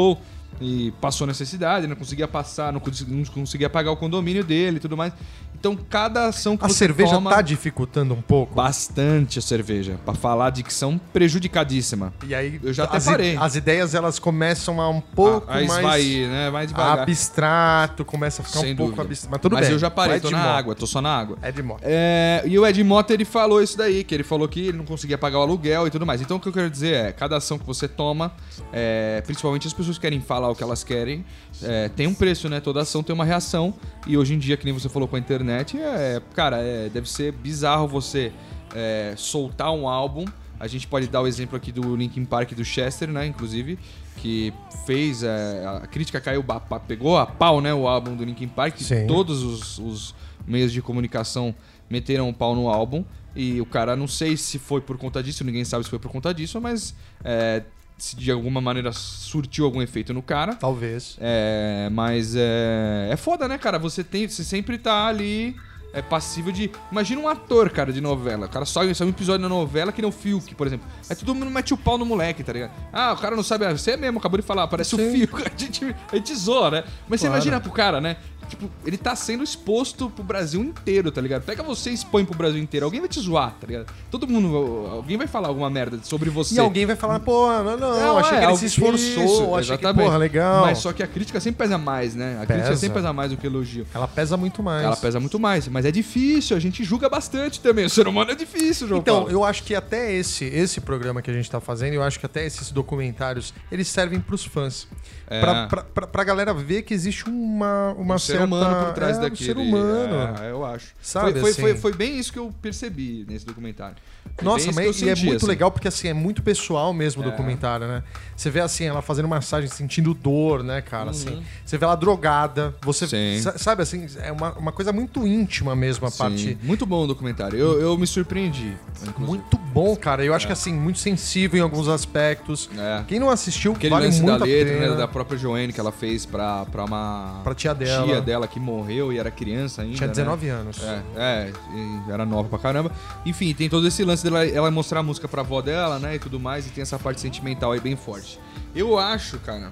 e passou necessidade, não conseguia passar, não cons- não conseguia pagar o condomínio dele e tudo mais. Então, cada ação que A você cerveja toma... tá dificultando um pouco. Bastante a cerveja, pra falar a dicção prejudicadíssima. E aí, Eu já até as, parei. as ideias elas começam a um pouco a, a esvair, mais né? Mais devagar. abstrato, começa a ficar Sem um pouco dúvida. abstrato. Mas tudo Mas bem. eu já parei, Ed tô na Mota. água, tô só na água. Ed Mota. É, e o Ed Mota, ele falou isso daí, que ele falou que ele não conseguia pagar o aluguel e tudo mais. Então o que eu quero dizer é, cada ação que você toma, é, principalmente as pessoas querem falar o que elas querem, é, tem um preço, né? Toda ação tem uma reação. E hoje em dia, que nem você falou com a internet, é, cara, é, deve ser bizarro você é, soltar um álbum. A gente pode dar o exemplo aqui do Linkin Park, do Chester, né? Inclusive, que fez... É, a crítica caiu, pegou a pau, né? O álbum do Linkin Park. Sim. Todos os, os meios de comunicação meteram o pau no álbum. E o cara, não sei se foi por conta disso, ninguém sabe se foi por conta disso, mas é, se de alguma maneira surtiu algum efeito no cara. Talvez. É, mas é, é foda, né, cara? Você, tem, você sempre tá ali é, passível de... Imagina um ator, cara, de novela. O cara sobe, sobe um episódio na novela que nem o Fiuk, por exemplo. Aí todo mundo mete o pau no moleque, tá ligado? Ah, o cara não sabe... Você mesmo acabou de falar, parece Sim. o Fiuk. A gente, a gente zoa, né? Mas Claro. você imagina pro cara, né? Tipo, ele tá sendo exposto pro Brasil inteiro, tá ligado? Pega você e expõe pro Brasil inteiro. Alguém vai te zoar, tá ligado? Todo mundo... Alguém vai falar alguma merda sobre você. E alguém vai falar, pô, não, não, achei é, que ele algo- se esforçou, isso, achei que, exatamente. porra, legal. Mas só que a crítica sempre pesa mais, né? A crítica Pesa. sempre pesa mais do que o elogio. Ela pesa muito mais. Ela pesa muito mais, mas é difícil, a gente julga bastante também. O ser humano é difícil, João Então, Paulo. eu acho que até esse, esse programa que a gente tá fazendo, eu acho que até esses documentários, eles servem pros fãs. É. Pra, pra, pra, pra galera ver que existe uma, uma um certa... ser humano por trás é, daquele. Um ser humano. É, eu acho. Sabe, foi, foi, assim? foi, foi bem isso que eu percebi nesse documentário. Foi Nossa, bem isso mas que eu e é senti, muito assim. legal porque assim, é muito pessoal mesmo o É. documentário, né? Você vê assim, ela fazendo massagem, sentindo dor, né, cara? Assim, você vê ela drogada, você Uhum. Sim. sa- sabe assim, é uma, uma coisa muito íntima mesmo a Sim, parte. muito bom o documentário. Eu, eu me surpreendi. inclusive. Muito bom, cara. Eu acho que assim, muito sensível em alguns aspectos. É. Quem não assistiu, Aquele vale lance muito da a letra, pena. né, da própria Joanne que ela fez pra, pra uma Pra tia dela. tia dela que morreu e era criança ainda. Tinha né? dezenove anos. É, é, e era nova pra caramba. Enfim, tem todo esse lance dela ela mostrar a música pra avó dela, né, e tudo mais, e tem essa parte sentimental aí bem forte. Eu acho, cara,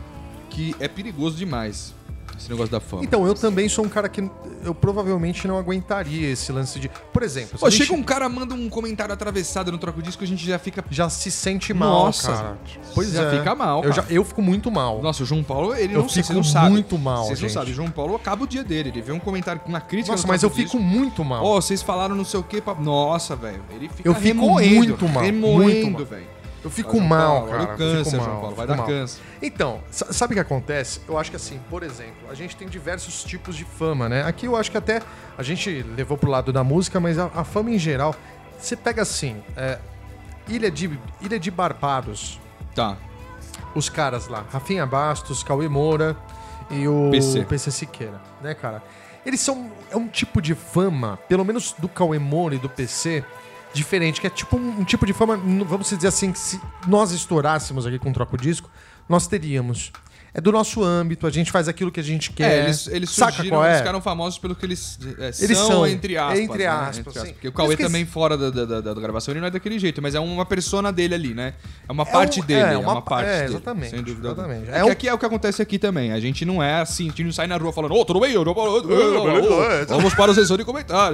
que é perigoso demais esse negócio da fama. Então, eu também sou um cara que eu provavelmente não aguentaria esse lance de... Por exemplo, se Pô, a gente chega um cara, manda um comentário atravessado no Troco Disco, a gente já fica... já se sente mal, Nossa, cara. Pois já é. fica mal, Eu, cara. já, eu fico muito mal. Nossa, o João Paulo, ele Eu não sei, fico você não sabe. muito mal, Vocês não gente. sabem, o João Paulo acaba o dia dele, ele vê um comentário, uma crítica Nossa, no mas eu Troco fico Disco. muito mal. Ó, vocês falaram não sei o que. Pra... Nossa, velho. Ele fica Eu fico remoendo, muito mal, Remoendo, muito mal. velho. Eu fico João mal, Paulo, cara. olha o Eu câncer, fico mal, João Paulo. Vai fico dar mal. câncer. Então, sa- sabe o que acontece? Eu acho que assim, por exemplo, a gente tem diversos tipos de fama, né? Aqui eu acho que até a gente levou pro lado da música, mas a, a fama em geral, você pega assim, é, Ilha de, Ilha de Barbados, Tá. os caras lá, Rafinha Bastos, Cauê Moura e o P C. P C Siqueira, né, cara? Eles são é um tipo de fama, pelo menos do Cauê Moura e do P C, diferente, que é tipo um, um tipo de fama, n- vamos dizer assim, que se nós estourássemos aqui com um Troco Disco, nós teríamos. É do nosso âmbito, a gente faz aquilo que a gente quer. É, eles, eles Saca surgiram, qual é? eles ficaram famosos pelo que eles, é, Eles são, são, entre aspas. entre né? aspas, sim. Porque o Cauê Mas que também, esse- fora da, da, da, da gravação, ele não é daquele jeito, mas é uma persona dele ali, né? É uma É parte um- dele, é, é uma uma, pa- parte é, dele. exatamente, Sem dúvida alguma. exatamente. É É que um- aqui é o que acontece aqui também. A gente não é assim, a gente não sai na rua falando, ô, tudo bem? Eu não- ô, ô, ô, beleza. Vamos para o sessão de comentários.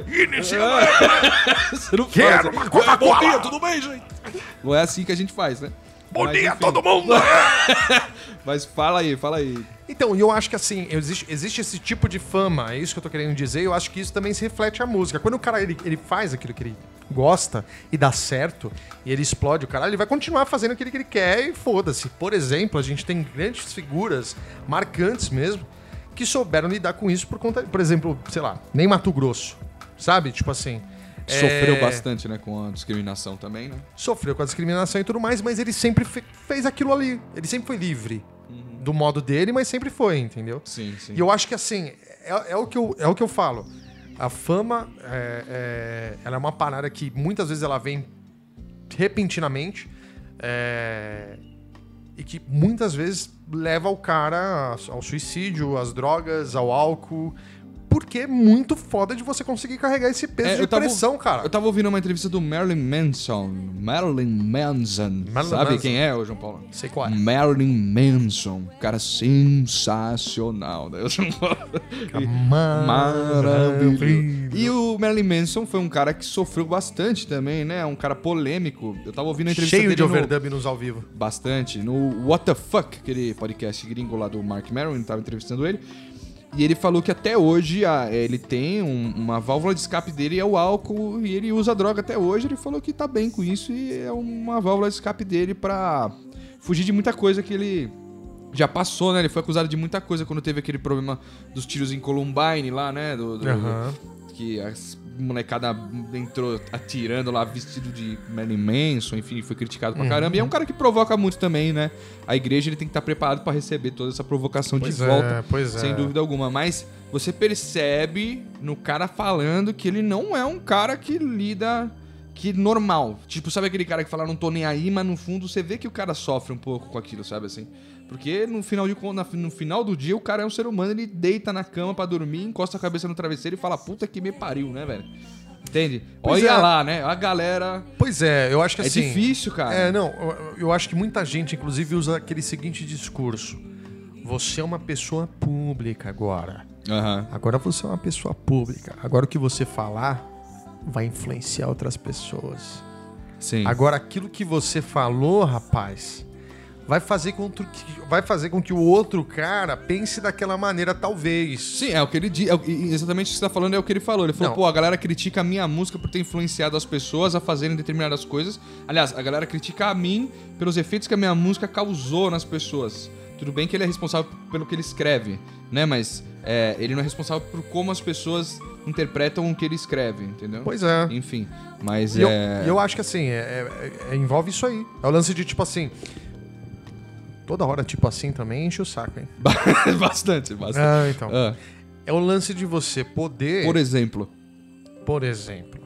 Você não Quero fala uma assim, Coca-Cola. bom dia, tudo bem, gente? Não é assim que a gente faz, né? Bom Mas, dia a enfim. todo mundo! Mas fala aí, fala aí. Então, e eu acho que assim, existe, existe esse tipo de fama, é isso que eu tô querendo dizer, eu acho que isso também se reflete a música. Quando o cara ele, ele faz aquilo que ele gosta e dá certo, e ele explode o caralho, ele vai continuar fazendo aquilo que ele quer e foda-se. Por exemplo, a gente tem grandes figuras, marcantes mesmo, que souberam lidar com isso por conta, por exemplo, sei lá, nem Mato Grosso, sabe? Tipo assim... Sofreu é, bastante, né, com a discriminação também, né? Sofreu com a discriminação e tudo mais, mas ele sempre fe- fez aquilo ali. Ele sempre foi livre do modo dele, mas sempre foi, entendeu? Sim, sim. E eu acho que assim, é, é o, que eu, é o que eu falo. A fama, é, é, ela é uma parada que muitas vezes ela vem repentinamente é, e que muitas vezes leva o cara ao suicídio, às drogas, ao álcool, porque é muito foda de você conseguir carregar esse peso É, de eu tava- pressão, cara. Eu tava ouvindo uma entrevista do Marilyn Manson. Marilyn Manson. Marilyn Sabe Manson. quem é, ô João Paulo? Sei qual é. Marilyn Manson. Cara sensacional, né? O João Paulo. Maravilhoso. E o Marilyn Manson foi um cara que sofreu bastante também, né? Um cara polêmico. Eu tava ouvindo a entrevista Cheio dele de no- overdub nos ao vivo. bastante no What the Fuck, aquele podcast gringo lá do Mark Maron, tava entrevistando ele. E ele falou que até hoje a, ele tem um- uma válvula de escape dele é o álcool e ele usa droga até hoje. Ele falou que tá bem com isso e é uma válvula de escape dele pra fugir de muita coisa que ele já passou, né? Ele foi acusado de muita coisa quando teve aquele problema dos tiros em Columbine lá, né? Do, do- Aham. que a molecada entrou atirando lá vestido de Marilyn Manson, enfim, foi criticado pra caramba. E é um cara que provoca muito também, né? A igreja ele tem que estar preparado pra receber toda essa provocação Pois de é, volta, pois é. sem dúvida alguma. Mas você percebe no cara falando que ele não é um cara que lida que normal. Tipo, sabe aquele cara que fala não tô nem aí, mas no fundo você vê que o cara sofre um pouco com aquilo, sabe assim? Porque no final, de, contas, no final do dia o cara é um ser humano, ele deita na cama pra dormir, encosta a cabeça no travesseiro e fala, puta que me pariu, né, velho? Entende? Pois Olha é. lá, né? A galera... Pois é, eu acho que É assim... difícil, cara. É, não, eu, eu acho que muita gente, inclusive, usa aquele seguinte discurso. Você é uma pessoa pública agora. Aham. Agora você é uma pessoa pública. Agora o que você falar vai influenciar outras pessoas. Sim. Agora aquilo que você falou, rapaz, vai fazer com que, vai fazer com que o outro cara pense daquela maneira, talvez. Sim, é o que ele diz. Exatamente o que você tá falando é o que ele falou. Ele falou, Não. pô, a galera critica a minha música por ter influenciado as pessoas a fazerem determinadas coisas. Aliás, a galera critica a mim pelos efeitos que a minha música causou nas pessoas. Tudo bem que ele é responsável pelo que ele escreve, né? Mas é, ele não é responsável por como as pessoas interpretam o que ele escreve, entendeu? Pois é. Enfim, mas E eu, é... e eu acho que assim, é- é- é- envolve isso aí. É o lance de tipo assim. Toda hora, tipo assim, também enche o saco, hein? bastante, bastante. Ah, então. Ah, É o lance de você poder. por exemplo. Por exemplo.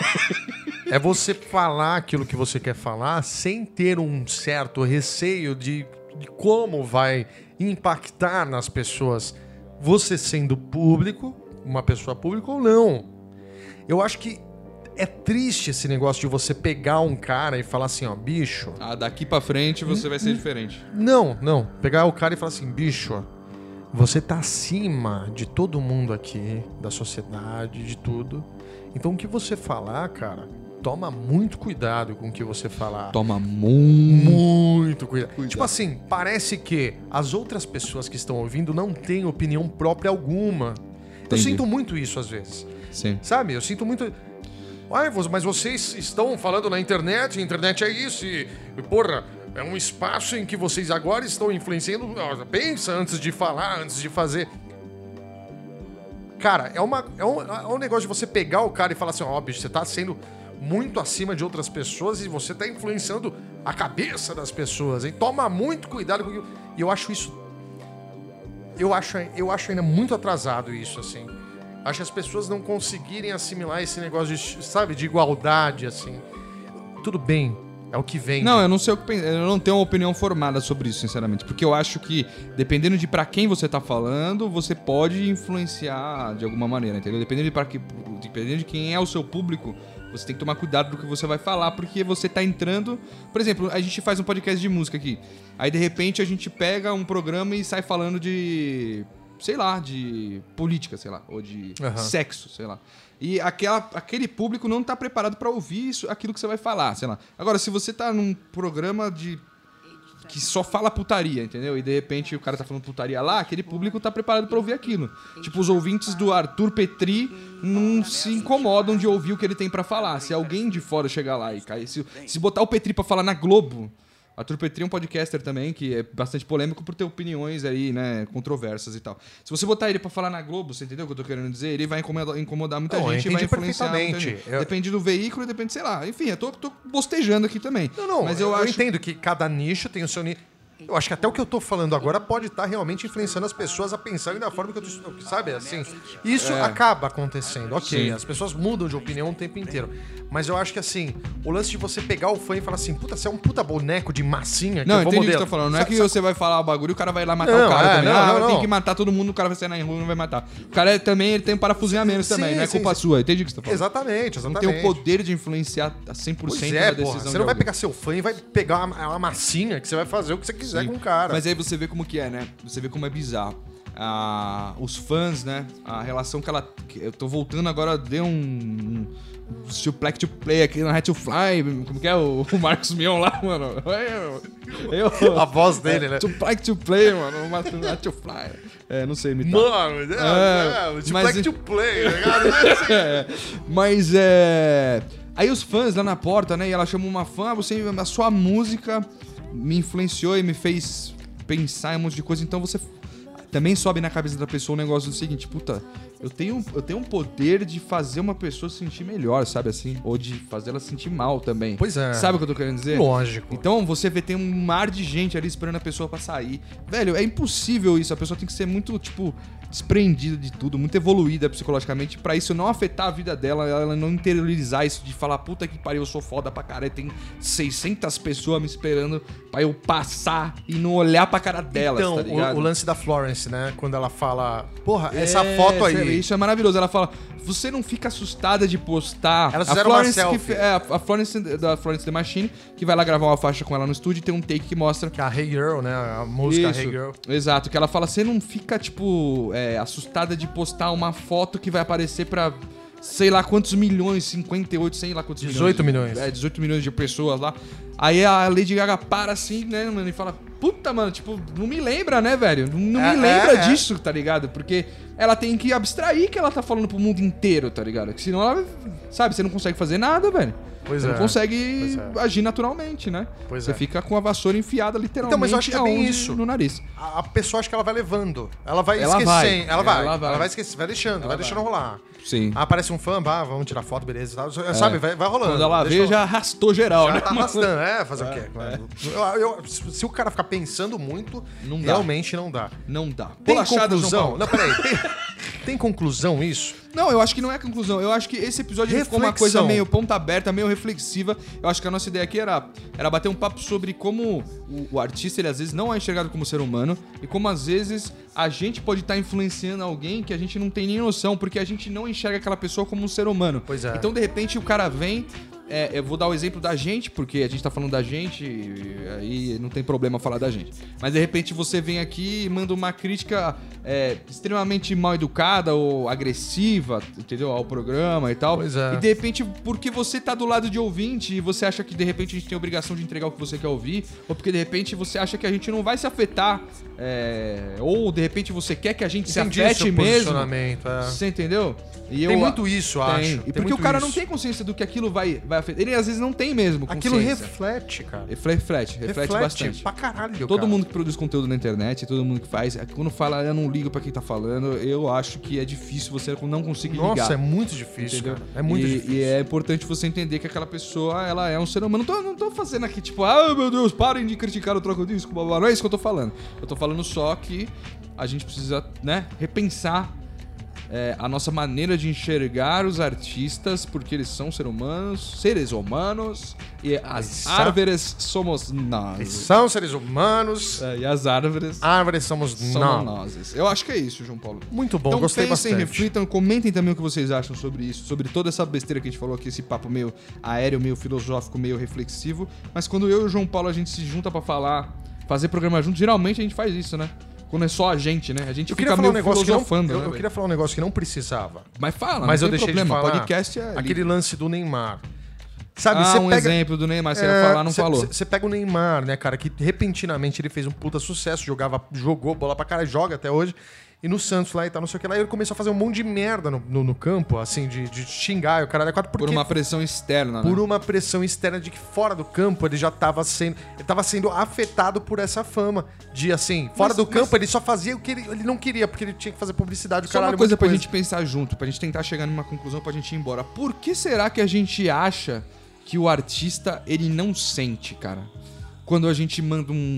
É você falar aquilo que você quer falar sem ter um certo receio de, de como vai impactar nas pessoas. Você sendo público, uma pessoa pública ou não. Eu acho que é triste esse negócio de você pegar um cara e falar assim, ó, bicho. Ah, daqui pra frente você vai ser diferente. Não, não. Pegar o cara e falar assim, bicho, você tá acima de todo mundo aqui, da sociedade, de tudo. Então o que você falar, cara, toma muito cuidado com o que você falar. Toma muito... Muito cuidado. Cuidado. Tipo assim, parece que as outras pessoas que estão ouvindo não têm opinião própria alguma. Eu Entendi. sinto muito isso às vezes. Sim. Sabe? Eu sinto muito. Ai, vo- mas vocês estão falando na internet, a internet é isso, e, e, porra, é um espaço em que vocês agora estão influenciando. Ó, pensa antes de falar, antes de fazer. Cara, é, uma, é, um, é um negócio de você pegar o cara e falar assim, ó, bicho, você tá sendo muito acima de outras pessoas e você tá influenciando a cabeça das pessoas, hein? Toma muito cuidado com isso. E eu acho isso. Eu acho, eu acho ainda muito atrasado isso, assim. Acho que as pessoas não conseguirem assimilar esse negócio de, sabe, de igualdade, assim. Tudo bem, é o que vem. Não, eu não sei o que pensar. Eu não tenho uma opinião formada sobre isso, sinceramente. Porque eu acho que, dependendo de pra quem você tá falando, você pode influenciar de alguma maneira, entendeu? Dependendo de, pra que, dependendo de quem é o seu público, você tem que tomar cuidado do que você vai falar, porque você tá entrando... Por exemplo, a gente faz um podcast de música aqui. Aí, de repente, a gente pega um programa e sai falando de... sei lá, de política, sei lá, ou de Aham. sexo, sei lá. E aquela, aquele público não tá preparado pra ouvir isso, aquilo que você vai falar, sei lá. Agora, se você tá num programa de que só fala putaria, entendeu? E de repente o cara tá falando putaria lá, aquele público tá preparado pra ouvir aquilo. Tipo, os ouvintes do Arthur Petri não se incomodam de ouvir o que ele tem pra falar. Se alguém de fora chegar lá e cair, se, se botar o Petri pra falar na Globo... Arthur Petri é um podcaster também, que é bastante polêmico por ter opiniões aí, né, controversas e tal. Se você botar ele pra falar na Globo, você entendeu o que eu tô querendo dizer? Ele vai incomodar, incomodar muita Não, eu gente e vai entendi influenciar muita perfeitamente. gente. Eu- Depende do veículo, depende, sei lá. Enfim, eu tô, tô bostejando aqui também. Não, não, Mas eu, eu, acho... entendo que cada nicho tem o seu nicho. Eu acho que até o que eu tô falando agora pode estar realmente influenciando as pessoas a pensarem da forma que eu tô estudando, sabe? Assim, isso É. acaba acontecendo, ok. Sim. As pessoas mudam de opinião o tempo inteiro. Mas eu acho que, assim, o lance de você pegar o fã e falar assim, puta, você é um puta boneco de massinha que Não, eu vou entendi o que modelo. você tá falando. Não é Sabe- que sabe- você vai falar o bagulho e o cara vai lá matar Não, o cara é, também. não, ah, não, tem não. que matar todo mundo, o cara vai sair na rua e não vai matar. O cara é, também ele tem um parafusinho a menos também, Sim, não é sim, culpa sim. sua. Entendi o que você tá falando. Exatamente, Não exatamente. tem o poder de influenciar a cem por cento Pois é, da decisão porra. Você de não vai alguém. pegar seu fã e vai pegar uma, uma massinha que você vai fazer o que você quiser Sim. com o cara. Mas aí você vê como que é, né? Você vê como é bizarro. Ah, os fãs, né? A relação que ela... que eu tô voltando agora, deu um... um Black to Play aqui no Red to Fly. Como que é o, o Marcos Mion lá, mano? Eu... eu A voz dele, né? To Black to Play, mano. O Red to Fly. É, não sei imitar. Mano, é, É, é, de mas- Black to Play, tá ligado? É, mas é. Aí os fãs lá na porta, né? E ela chamou uma fã, ah, você, a sua música me influenciou e me fez pensar em um monte de coisa, então você também sobe na cabeça da pessoa o negócio do seguinte, puta, eu tenho, eu tenho um poder de fazer uma pessoa se sentir melhor, sabe assim? Ou de fazer ela se sentir mal também. Pois é. Sabe o que eu tô querendo dizer? Lógico. Então você vê, tem um mar de gente ali esperando a pessoa pra sair. Velho, é impossível isso. A pessoa tem que ser muito, tipo, desprendida de tudo, muito evoluída psicologicamente pra isso não afetar a vida dela, ela não interiorizar isso de falar, puta que pariu, eu sou foda pra caralho, tem seiscentas pessoas me esperando pra eu passar e não olhar pra cara delas, Então, tá ligado? o, o lance da Florence, né? Quando ela fala, porra, essa É, foto aí. Isso é maravilhoso. Ela fala, você não fica assustada de postar. Elas a fizeram uma Florence selfie. que fe- é, a Florence da Florence The Machine, que vai lá gravar uma faixa com ela no estúdio e tem um take que mostra. Que é a Hey Girl, né? A música Isso, Hey Girl. exato, que ela fala, você não fica, tipo, é, assustada de postar uma foto que vai aparecer pra sei lá quantos milhões, cinquenta e oito, sei lá quantos dezoito milhões. milhões. É, dezoito milhões de pessoas lá. Aí a Lady Gaga para assim, né, mano, e fala, puta, mano, tipo, não me lembra, né, velho? Não, não É, me lembra é, é. disso, tá ligado? Porque ela tem que abstrair que ela tá falando pro mundo inteiro, tá ligado? Que senão ela, sabe, você não consegue fazer nada, velho. Pois você é. não consegue Pois é. agir naturalmente, né? Pois você é. fica com a vassoura enfiada literalmente Então, mas eu acho que é bem aonde? isso. No nariz. A, a pessoa acho que ela vai levando. Ela vai Ela esquecendo. vai. Ela vai. Ela vai. Ela vai esquecer, vai deixando, vai vai. deixando rolar. Sim. Ah, aparece um fã, bah, vamos tirar foto, beleza e tal. Sabe, vai, vai rolando. Quando ela Deixa vê, já arrastou geral, Já né? tá arrastando, é, fazer o quê? Eu- eu- se o cara ficar pensando muito, Não dá. realmente não dá. Não dá. Tem Bolachada, João conclusão? Paulo. Não, peraí. Tem, tem conclusão isso? Não, eu acho que não é conclusão. Eu acho que esse episódio ficou uma Reflexão. coisa meio ponta aberta, meio reflexiva. Eu acho que a nossa ideia aqui era, era bater um papo sobre como o, o artista, ele às vezes não é enxergado como ser humano e como às vezes a gente pode estar influenciando alguém que a gente não tem nem noção, porque a gente não enxerga aquela pessoa como um ser humano. Pois é. Então, de repente, o cara vem... É, eu vou dar o exemplo da gente, porque a gente tá falando da gente, e aí não tem problema falar da gente. Mas de repente você vem aqui e manda uma crítica é, extremamente mal educada ou agressiva, entendeu? Ao programa e tal. Pois é. E de repente, porque você tá do lado de ouvinte e você acha que de repente a gente tem a obrigação de entregar o que você quer ouvir, ou porque de repente você acha que a gente não vai se afetar, é, ou de repente você quer que a gente Entendi se afete seu mesmo. posicionamento, é. Você entendeu? E Tem muito isso, tem. acho. E Tem porque muito o cara isso. não tem consciência do que aquilo vai, vai afetar. Ele às vezes não tem mesmo consciência. Aquilo reflete, cara. Refle- Reflete, reflete, bastante. pra caralho, Todo cara. mundo que produz conteúdo na internet, todo mundo que faz, quando fala eu não ligo pra quem tá falando, eu acho que é difícil você não conseguir Nossa, ligar. é muito difícil, Entendeu? cara. É muito e, difícil. E é importante você entender que aquela pessoa, ela é um ser humano. Não tô, não tô fazendo aqui, tipo, ah, meu Deus, parem de criticar o Troca Disco, blá, blá, blá. Não é isso que eu tô falando. Eu tô falando só que a gente precisa, né, repensar é, a nossa maneira de enxergar os artistas, porque eles são seres humanos, seres humanos, e as Eles árvores somos Eles nós. são seres humanos, É, e as árvores árvores somos somos nós. nós. Eu acho que é isso, João Paulo. Muito bom, Então gostei pensem, bastante. reflitam, comentem também o que vocês acham sobre isso, sobre toda essa besteira que a gente falou aqui, esse papo meio aéreo, meio filosófico, meio reflexivo. Mas quando eu e o João Paulo a gente se junta pra falar, fazer programa junto, geralmente a gente faz isso, né? Quando é só a gente, né? A gente Eu fica queria falar um meio negócio que não, filosofando, eu, né? eu velho? queria falar um negócio que não precisava. Mas fala, Mas não eu tem deixei problema. de falar. Podcast é ali. Aquele lance do Neymar. Sabe, ah, você um pega... exemplo do Neymar, você ia É, falar, não cê- falou. cê- Você pega o Neymar, né, cara, que repentinamente ele fez um puta sucesso, jogava, jogou bola pra cara, joga até hoje. E no Santos lá e tal, não sei o que lá, ele começou a fazer um monte de merda no, no, no campo, assim, de, de xingar e o cara da quatro, porque Por uma pressão externa, né? por uma pressão externa de que fora do campo ele já tava sendo, ele tava sendo afetado por essa fama de assim, fora Mas- do mas- campo ele só fazia o que ele, ele não queria, porque ele tinha que fazer publicidade, o Só caralho, uma coisa um monte pra de gente pensar junto, pra gente tentar chegar numa conclusão pra gente ir embora. Por que será que a gente acha que o artista, ele não sente, cara? Quando a gente manda um,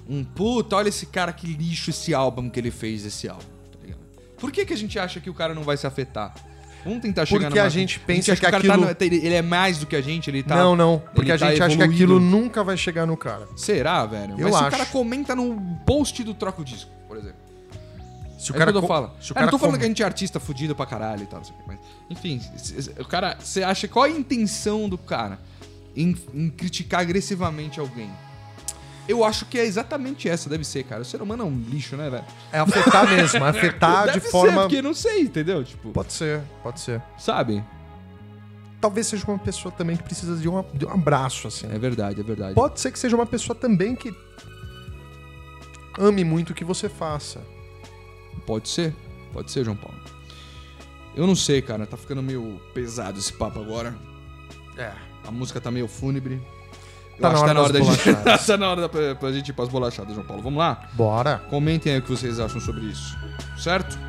um puta, olha esse cara, que lixo esse álbum que ele fez, esse álbum. Tá ligado? Por que, que a gente acha que o cara não vai se afetar? Vamos tentar chegar Porque numa... a gente pensa a gente que acha que, o cara aquilo- tá no- ele é mais do que a gente, ele tá... Não, não. Porque ele a tá gente acha que evoluído. aquilo nunca vai chegar no cara. Será, velho? Eu Mas se o acho. cara comenta no post do Troca o Disco, por exemplo. Se o é cara isso que eu co- falo. se o Eu cara não tô falando com- que a gente é artista fudido pra caralho e tal, não sei o quê, mas... Enfim, se- se- o cara... Você acha... Qual a intenção do cara em, em criticar agressivamente alguém? Eu acho que é exatamente essa, deve ser, cara. O ser humano é um lixo, né, velho? É afetar mesmo, é afetar deve de ser, forma... porque não sei, entendeu? Tipo, Pode ser, pode ser. sabe? Talvez seja uma pessoa também que precisa de um, de um abraço, assim. É verdade, é verdade. Pode ser que seja uma pessoa também que ame muito o que você faça. Pode ser, pode ser, João Paulo. Eu não sei, cara, tá ficando meio pesado esse papo agora. É. A música tá meio fúnebre. Eu Tá na acho hora que tá na hora da das gente. bolachadas. Tá na hora da, pra, pra gente ir pras bolachadas, João Paulo. Vamos lá? Bora. Comentem aí o que vocês acham sobre isso. Certo?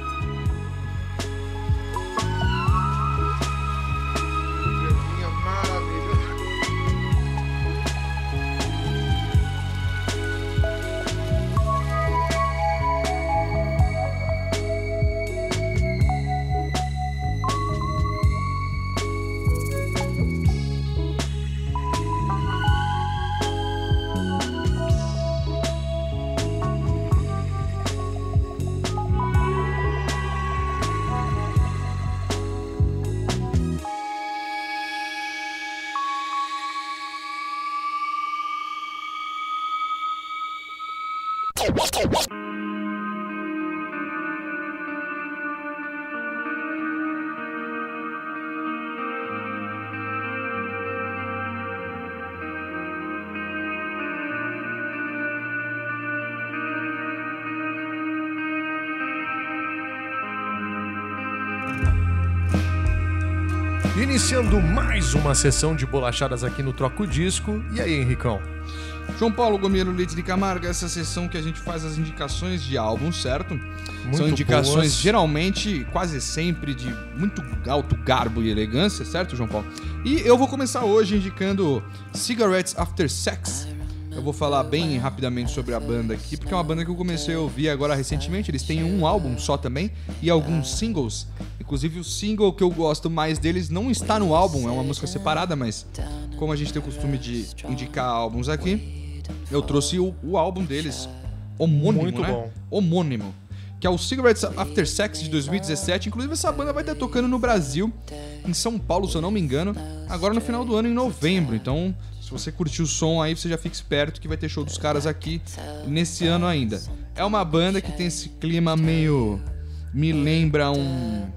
Iniciando mais uma sessão de bolachadas aqui no Troca o Disco. E aí, Henricão? João Paulo Gomiero Leite de Camargo, essa sessão que a gente faz as indicações de álbum, certo? Muito São indicações boas. geralmente, quase sempre, de muito alto garbo e elegância, certo, João Paulo? E eu vou começar hoje indicando Cigarettes After Sex. Eu vou falar bem rapidamente sobre a banda aqui, porque é uma banda que eu comecei a ouvir agora recentemente. Eles têm um álbum só também e alguns singles. Inclusive o single que eu gosto mais deles não está no álbum, é uma música separada, mas como a gente tem o costume de indicar álbuns aqui, eu trouxe o, o álbum deles, homônimo, Muito né? bom. Homônimo, que é o Cigarettes After Sex de dois mil e dezessete. Inclusive essa banda vai estar tocando no Brasil, em São Paulo, se eu não me engano, agora no final do ano, em novembro. Então, se você curtiu o som aí, você já fica esperto que vai ter show dos caras aqui nesse ano ainda. É uma banda que tem esse clima meio... me lembra um...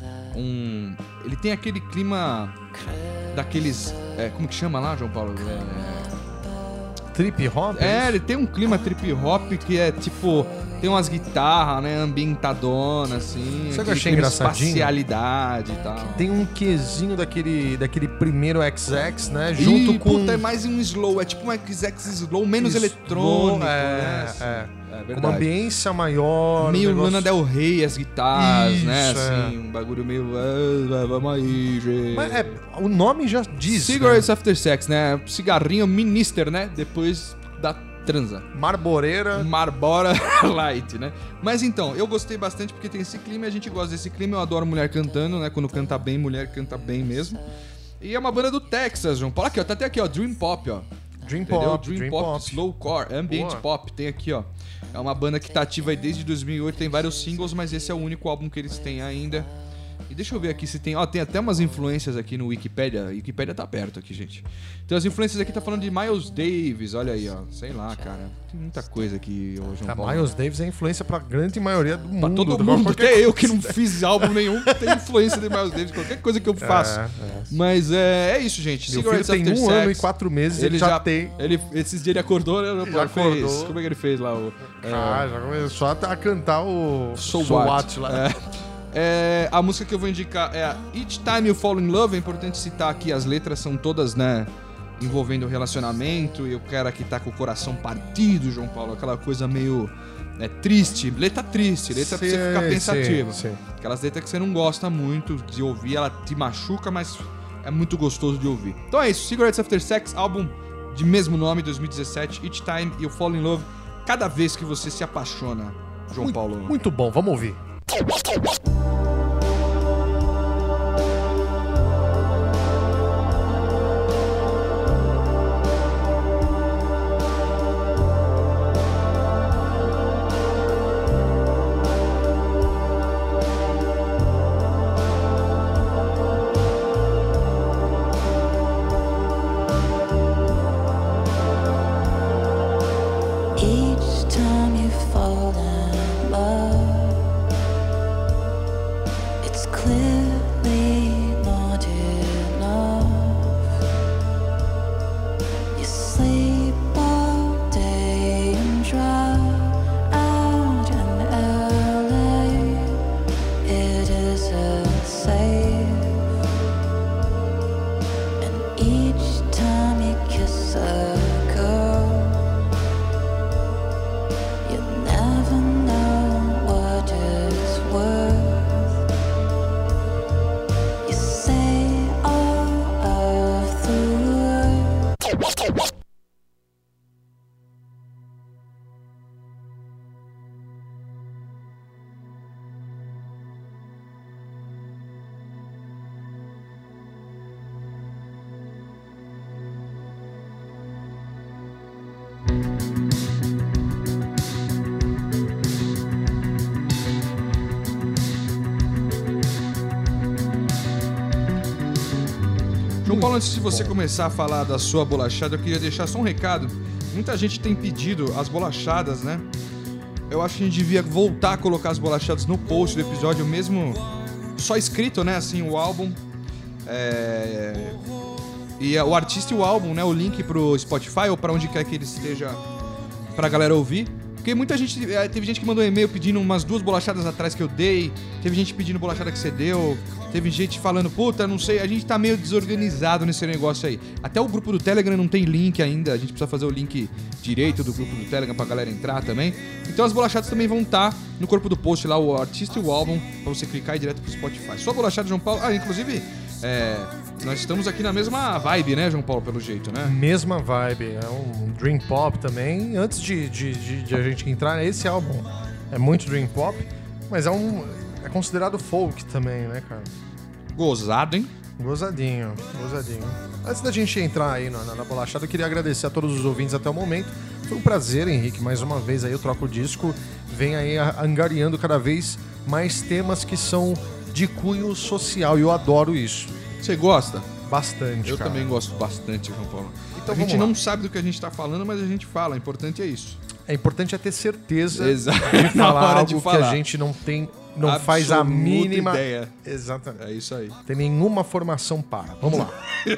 um ele tem aquele clima daqueles... é, como que chama lá, João Paulo? É, Trip hop? é, ele tem um clima trip hop que é tipo... tem umas guitarras, né, ambientadona, assim. Sabe o que eu aquele achei clima engraçadinho? espacialidade e tal. Tem um quesinho daquele, daquele primeiro X X, né? Junto Ih, com... puta, é mais um slow, é tipo um X X slow, menos Slow, eletrônico, é, né? é. É Uma verdade. ambiência maior. Meio um negócio... Lana Del Rey, as guitarras, Isso, né? é. Assim, um bagulho meio... ah, vamos aí, gente. Mas é, o nome já diz, Cigarettes né? After Sex, né? Cigarrinho Minister, né? Depois da transa. Marboreira. Marbora Light, né? Mas então, eu gostei bastante porque tem esse clima e a gente gosta desse clima. Eu adoro mulher cantando, né? Quando canta bem, mulher canta bem mesmo. E é uma banda do Texas, João Paulo. Aqui, ó. Tá até aqui, ó. Dream Pop, ó. Dream Entendeu? Pop. Dream, Dream Pop, Pop. Slowcore, Ambient Boa. Pop. Tem aqui, ó. É uma banda que tá ativa aí desde dois mil e oito. Tem vários singles, mas esse é o único álbum que eles têm ainda. E deixa eu ver aqui se tem... Ó, tem até umas influências aqui no Wikipedia. A Wikipedia tá perto aqui, gente. Então as influências aqui tá falando de Miles Davis. Olha aí, ó. Sei lá, cara. Tem muita coisa aqui, ô João A Paulo. Miles Davis é influência pra grande maioria do mundo. Pra todo do- mundo, qualquer até eu que coisa. não fiz álbum nenhum, tem influência de Miles Davis, qualquer coisa que eu faço. É, é. Mas é, é isso, gente. Meu filho Cigarettes tem After um Sex, ano e quatro meses, ele, já, tem. Ele, esses dias ele acordou, né? Ele Já fez, acordou. Como é que ele fez lá? O, é, Ah, já começou a, a cantar o So, So What. What lá. É. É, a música que eu vou indicar é a Each Time You Fall in Love. É importante citar aqui, as letras são todas, né, envolvendo relacionamento e o cara que tá com o coração partido, João Paulo, aquela coisa meio é, triste, letra triste, letra pra você Sei, ficar pensativo. sei, sei. Aquelas letras que você não gosta muito de ouvir, ela te machuca, mas é muito gostoso de ouvir. Então é isso, Cigarettes After Sex, álbum de mesmo nome, dois mil e dezessete, Each Time You Fall in Love. cada vez que você se apaixona, João Muito, Paulo? muito bom, vamos ouvir. Each time you fall in love, it's clearly not enough. You sleep all day and drive out in L A. It isn't safe, and each time you kiss a girl, you never know what it's worth. You say all of the words. João Paulo, antes de você começar a falar da sua bolachada, eu queria deixar só um recado. Muita gente tem pedido as bolachadas, né? Eu acho que a gente devia voltar a colocar as bolachadas no post do episódio, mesmo só escrito, né? Assim, o álbum. É... E o artista e o álbum, né? O link pro Spotify ou pra onde quer que ele esteja pra galera ouvir. Porque muita gente... é, Teve gente que mandou um e-mail pedindo umas duas bolachadas atrás que eu dei. Teve gente pedindo bolachada que você deu. Teve gente falando, puta, não sei. A gente tá meio desorganizado nesse negócio aí. Até o grupo do Telegram não tem link ainda. A gente precisa fazer o link direito do grupo do Telegram pra galera entrar também. Então as bolachadas também vão estar no corpo do post lá, o artista e o álbum, pra você clicar e ir direto pro Spotify. Sua bolachada, João Paulo... Ah, inclusive... É... Nós estamos aqui na mesma vibe, né, João Paulo, pelo jeito, né? Mesma vibe, é um Dream Pop também. Antes de, de, de, de a gente entrar nesse álbum, é muito Dream Pop, mas é um é considerado folk também, né, cara? Gozado, hein? Gozadinho, gozadinho. Antes da gente entrar aí na, na, na bolachada, eu queria agradecer a todos os ouvintes até o momento. Foi um prazer, Henrique, mais uma vez aí eu troco o disco. Vem aí angariando cada vez mais temas que são de cunho social, e eu adoro isso. Você gosta? Bastante, Eu cara. também gosto bastante, João Paulo. Então a gente vamos lá. não sabe do que a gente tá falando, mas a gente fala. O importante é isso. É importante é ter certeza Exato. de Na falar hora algo de que falar. a gente não tem, não faz a Absoluta mínima ideia. Exatamente. É isso aí. Tem nenhuma formação para. Vamos lá.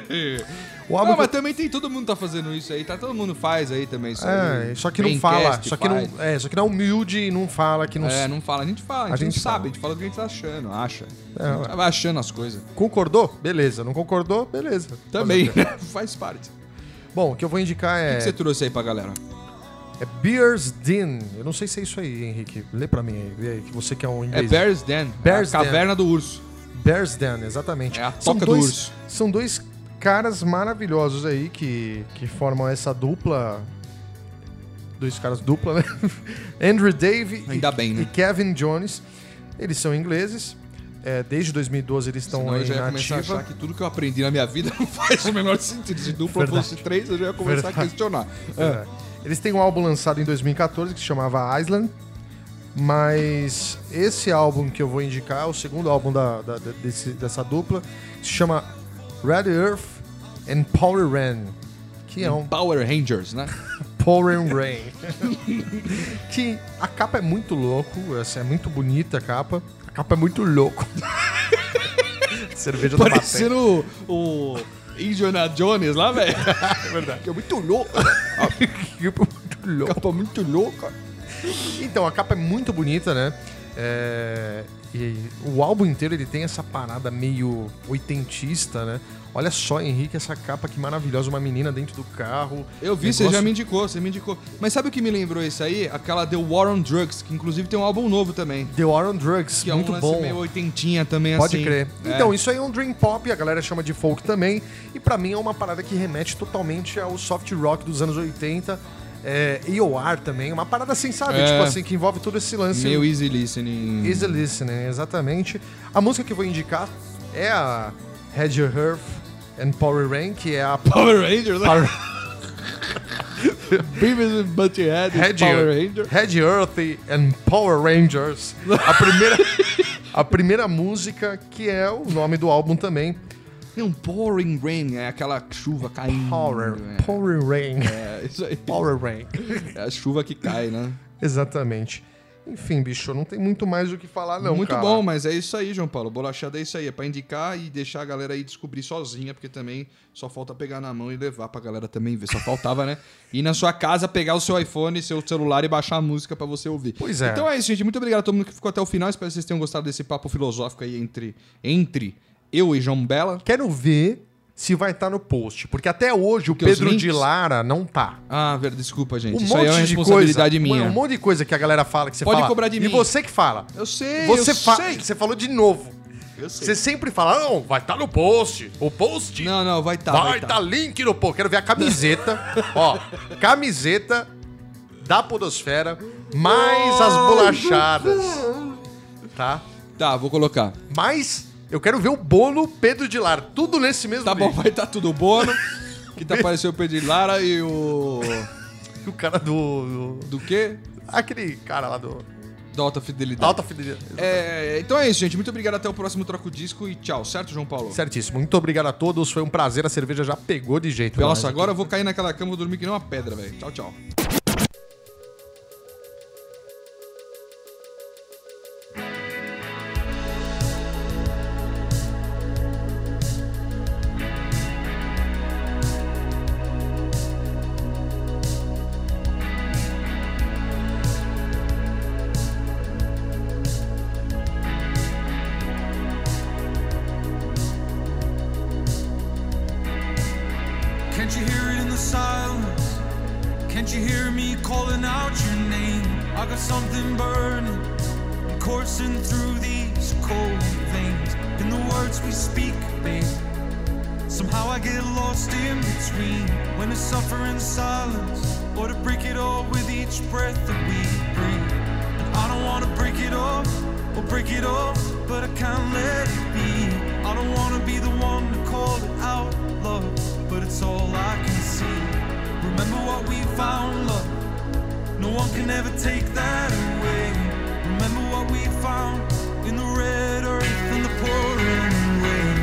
O álbum Não, que mas também tem todo mundo tá fazendo isso aí, tá? Todo mundo faz aí também isso É, aí. só que não Braincast fala, só que não, faz. é, só que não é humilde e não fala que não É, não fala. A gente fala, a gente, A gente não sabe, fala. a gente fala o que a gente tá achando, acha. É, a gente ué. vai achando as coisas. concordou? Beleza, não concordou? Beleza. Também, Fazer o quê? né? Faz parte. Bom, o que eu vou indicar O é que você trouxe aí pra galera? é Bear's Den. Eu não sei se é isso aí, Henrique. Lê pra mim aí, vê aí, que você que é um É inglês. Bear's Den. Bear's é a caverna do urso. Bear's Den, exatamente. É a São toca do dois, urso. São dois caras maravilhosos aí que, que formam essa dupla. Dois caras dupla, né? Andrew Dave Ainda e, bem, né? e Kevin Jones. Eles são ingleses. É, desde dois mil e doze eles estão Senão eu aí já ia na começar a ativa. achar que tudo que eu aprendi na minha vida não faz o menor sentido. Se dupla Verdade. fosse três, eu já ia começar Verdade. a questionar. É. Eles têm um álbum lançado em dois mil e catorze que se chamava Island. Mas esse álbum que eu vou indicar é o segundo álbum da, da- da- desse- dessa dupla. Se chama Red Earth and Power Rain. Que é um Power Rangers, né? Power and Rain. Que a capa é muito louco, essa é muito bonita a capa. A capa é muito louco. Cerveja tá batendo. Parecendo o, o Indiana Jones lá, velho. É verdade. Que é muito louco. Muito louco. Capa muito louca. Então, a capa é muito bonita, né? É, E o álbum inteiro ele tem essa parada meio oitentista, né? Olha só, Henrique, essa capa que maravilhosa, uma menina dentro do carro. Eu vi, Negócio- você já me indicou, você me indicou. Mas sabe o que me lembrou isso aí? Aquela The War on Drugs, que inclusive tem um álbum novo também. The War on Drugs, Que muito é um lance bom. meio oitentinha também, Pode assim. crer. É. Então, isso aí é um dream pop, a galera chama de folk também. E pra mim é uma parada que remete totalmente ao soft rock dos anos oitenta. É, E O R também, uma parada assim, sabe? É. Tipo assim, que envolve todo esse lance. Meio easy listening. Easy listening, exatamente. A música que eu vou indicar é a Head Your Earth and Power Rain, que é a Power Rangers, né? Power... Beavis and Butthead, Head Power Your- Ranger. Head Earth and Power Rangers. A primeira, a primeira música, que é o nome do álbum também. Não, Pouring Rain, é aquela chuva caindo. Power, é. Power Rain. É, isso aí. Power Rain. É a chuva que cai, né? Exatamente. Enfim, bicho, não tem muito mais o que falar, não. Muito cara. bom, mas é isso aí, João Paulo. Bolachada é isso aí. É pra indicar e deixar a galera aí descobrir sozinha, porque também só falta pegar na mão e levar pra galera também ver. Só faltava, né? Ir na sua casa, pegar o seu iPhone, seu celular e baixar a música pra você ouvir. Pois é. Então é isso, gente. Muito obrigado a todo mundo que ficou até o final. Espero que vocês tenham gostado desse papo filosófico aí entre, entre eu e João Bela. Quero ver se vai estar no post, porque até hoje o Porque os Pedro links- de Lara não tá. Ah, velho, desculpa, gente. Um Isso aí é uma monte de responsabilidade coisa, minha. um monte de coisa que a galera fala que você Pode fala. cobrar de e mim. você que fala. Eu sei, Você eu fa- sei. Você falou de novo. Eu sei. Você sempre fala, não, vai estar no post. O post Não, não, vai estar. vai estar link no post. Quero ver a camiseta. Ó, camiseta da Podosfera, mais as bolachadas. Tá? Tá, vou colocar. Mas eu quero ver o Bono Pedro de Lara. Tudo nesse mesmo Tá bom, link. vai estar tudo Bono. Que tá aparecendo o Pedro de Lara e o... O cara do, do- Do quê? Aquele cara lá do... Da alta fidelidade. Alta Fidelidade. É, então é isso, gente. Muito obrigado. Até o próximo Troco Disco e tchau. Certo, João Paulo? Certíssimo. Muito obrigado a todos. Foi um prazer. A cerveja já pegou de jeito. pra Nossa, nós agora eu vou cair naquela cama e vou dormir que nem uma pedra, velho. Tchau, tchau. Can't you hear it in the silence? Can't you hear me calling out your name? I got something burning, coursing through these cold veins. In the words we speak, babe, somehow I get lost in between. When to suffer in silence, or to break it all with each breath that we breathe. And I don't wanna break it off, or break it off, but I can't let it be. I don't wanna be the one to call it out, love, but it's all I can see. Remember what we found, love, no one can ever take that away. Remember what we found in the red earth and the pouring rain.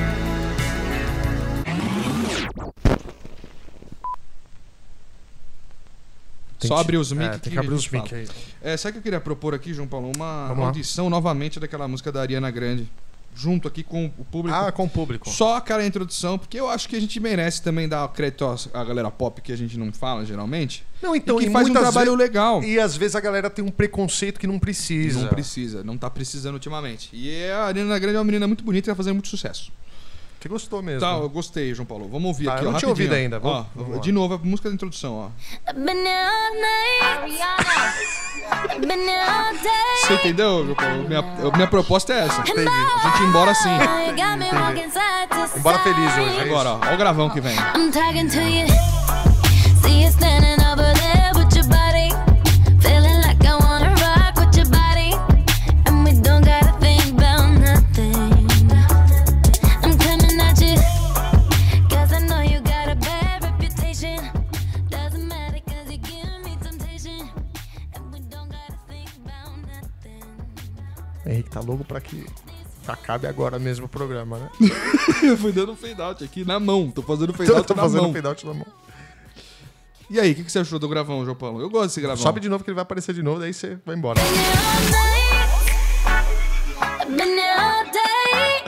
Tem Só que- abrir os mic É, tem que abrir a os gente mic fala. aí. É, sabe o que eu queria propor aqui, João Paulo? Uma Vamos lá. audição novamente daquela música da Ariana Grande. Junto aqui com o público. Ah, com o público. Só aquela introdução, porque eu acho que a gente merece também dar crédito à à galera pop que a gente não fala geralmente. Não, então, e que e faz um muitas trabalho ve- legal. E às vezes a galera tem um preconceito que não precisa. Não precisa, não tá precisando ultimamente. E a Ariana Grande é uma menina muito bonita e tá fazendo muito sucesso. Você gostou mesmo. Tá, eu gostei, João Paulo. Vamos ouvir Tá, aqui, eu ó. não tinha rapidinho, ouvido ainda. Vamos- Ó, vamos lá. de novo, a música da introdução, ó. I've been here all night. Ariana. I've been here all day. Você entendeu, João Paulo? Minha, minha proposta é essa. Entendi. A gente ir embora assim. You got me walking side to side. Embora feliz hoje, é isso? Agora, ó. Ó o gravão que vem. I'm talking to you. See you standing over there with your body. Feeling like I wanna rock with your body. And we don't gotta think about nothing. I'm coming at you. Cause I know you got a bad reputation. Doesn't matter cause you give me temptation. And we don't gotta think about nothing. Henrique tá louco pra que acabe agora mesmo o programa, né? Eu fui dando fade out aqui na mão. Tô fazendo fade Eu out tô na fazendo mão. fade out na mão. E aí, o que, que você achou do gravão, João Paulo? Eu gosto desse gravão. Sobe de novo que ele vai aparecer de novo, daí você vai embora. Been here all night. I've been here all day.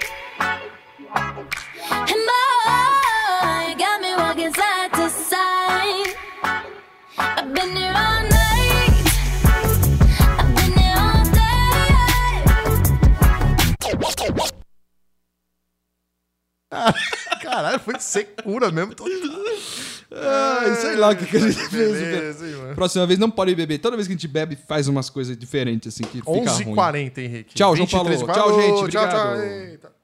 And boy, you got me walking side to side. I've been here all night. I've been here all day. Caralho, foi secura mesmo. Tô... Ah, sei lá o que, que a gente fez. Beleza, hein, mano. Próxima vez não pode beber. Toda vez que a gente bebe, faz umas coisas diferentes, assim, que fica onze e ruim. quarenta, Henrique. Tchau, João Paulo. vinte e três, Tchau, gente. Tchau, tchau. Obrigado. Eita.